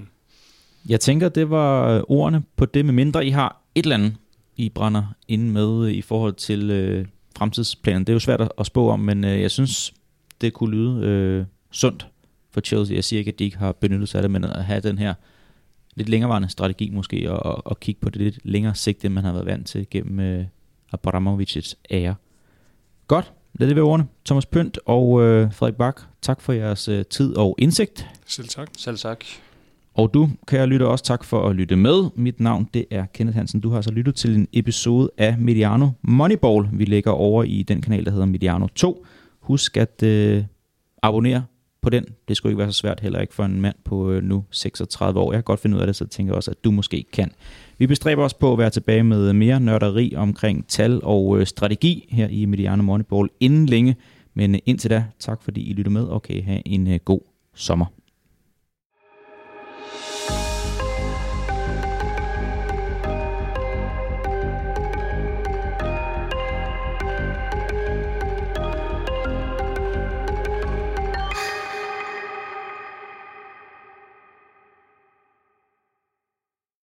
Jeg tænker, det var ordene på det, med mindre I har et eller andet, I brænder inde med i forhold til fremtidsplanen. Det er jo svært at spå om, men jeg synes, det kunne lyde sundt for Chelsea. Jeg siger ikke, at de ikke har benyttet sig af det, men at have den her lidt længerevarende strategi måske, og kigge på det lidt længere sigt, end man har været vant til gennem Abramovic's ære. Godt, lad det være ordene. Thomas Pønt og Frederik Bak, tak for jeres tid og indsigt. Selv tak. Selv tak. Og du, kære lytter, også tak for at lytte med. Mit navn, det er Kenneth Hansen. Du har altså lyttet til en episode af Mediano Moneyball. Vi ligger over i den kanal, der hedder Mediano 2. Husk at abonnere på den. Det skulle ikke være så svært, heller ikke for en mand på nu 36 år. Jeg kan godt finde ud af det, så tænker jeg også, at du måske kan. Vi bestræber os på at være tilbage med mere nørderi omkring tal og strategi her i Mediano Moneyball inden længe. Men indtil da, tak fordi I lytter med, og kan have en god sommer.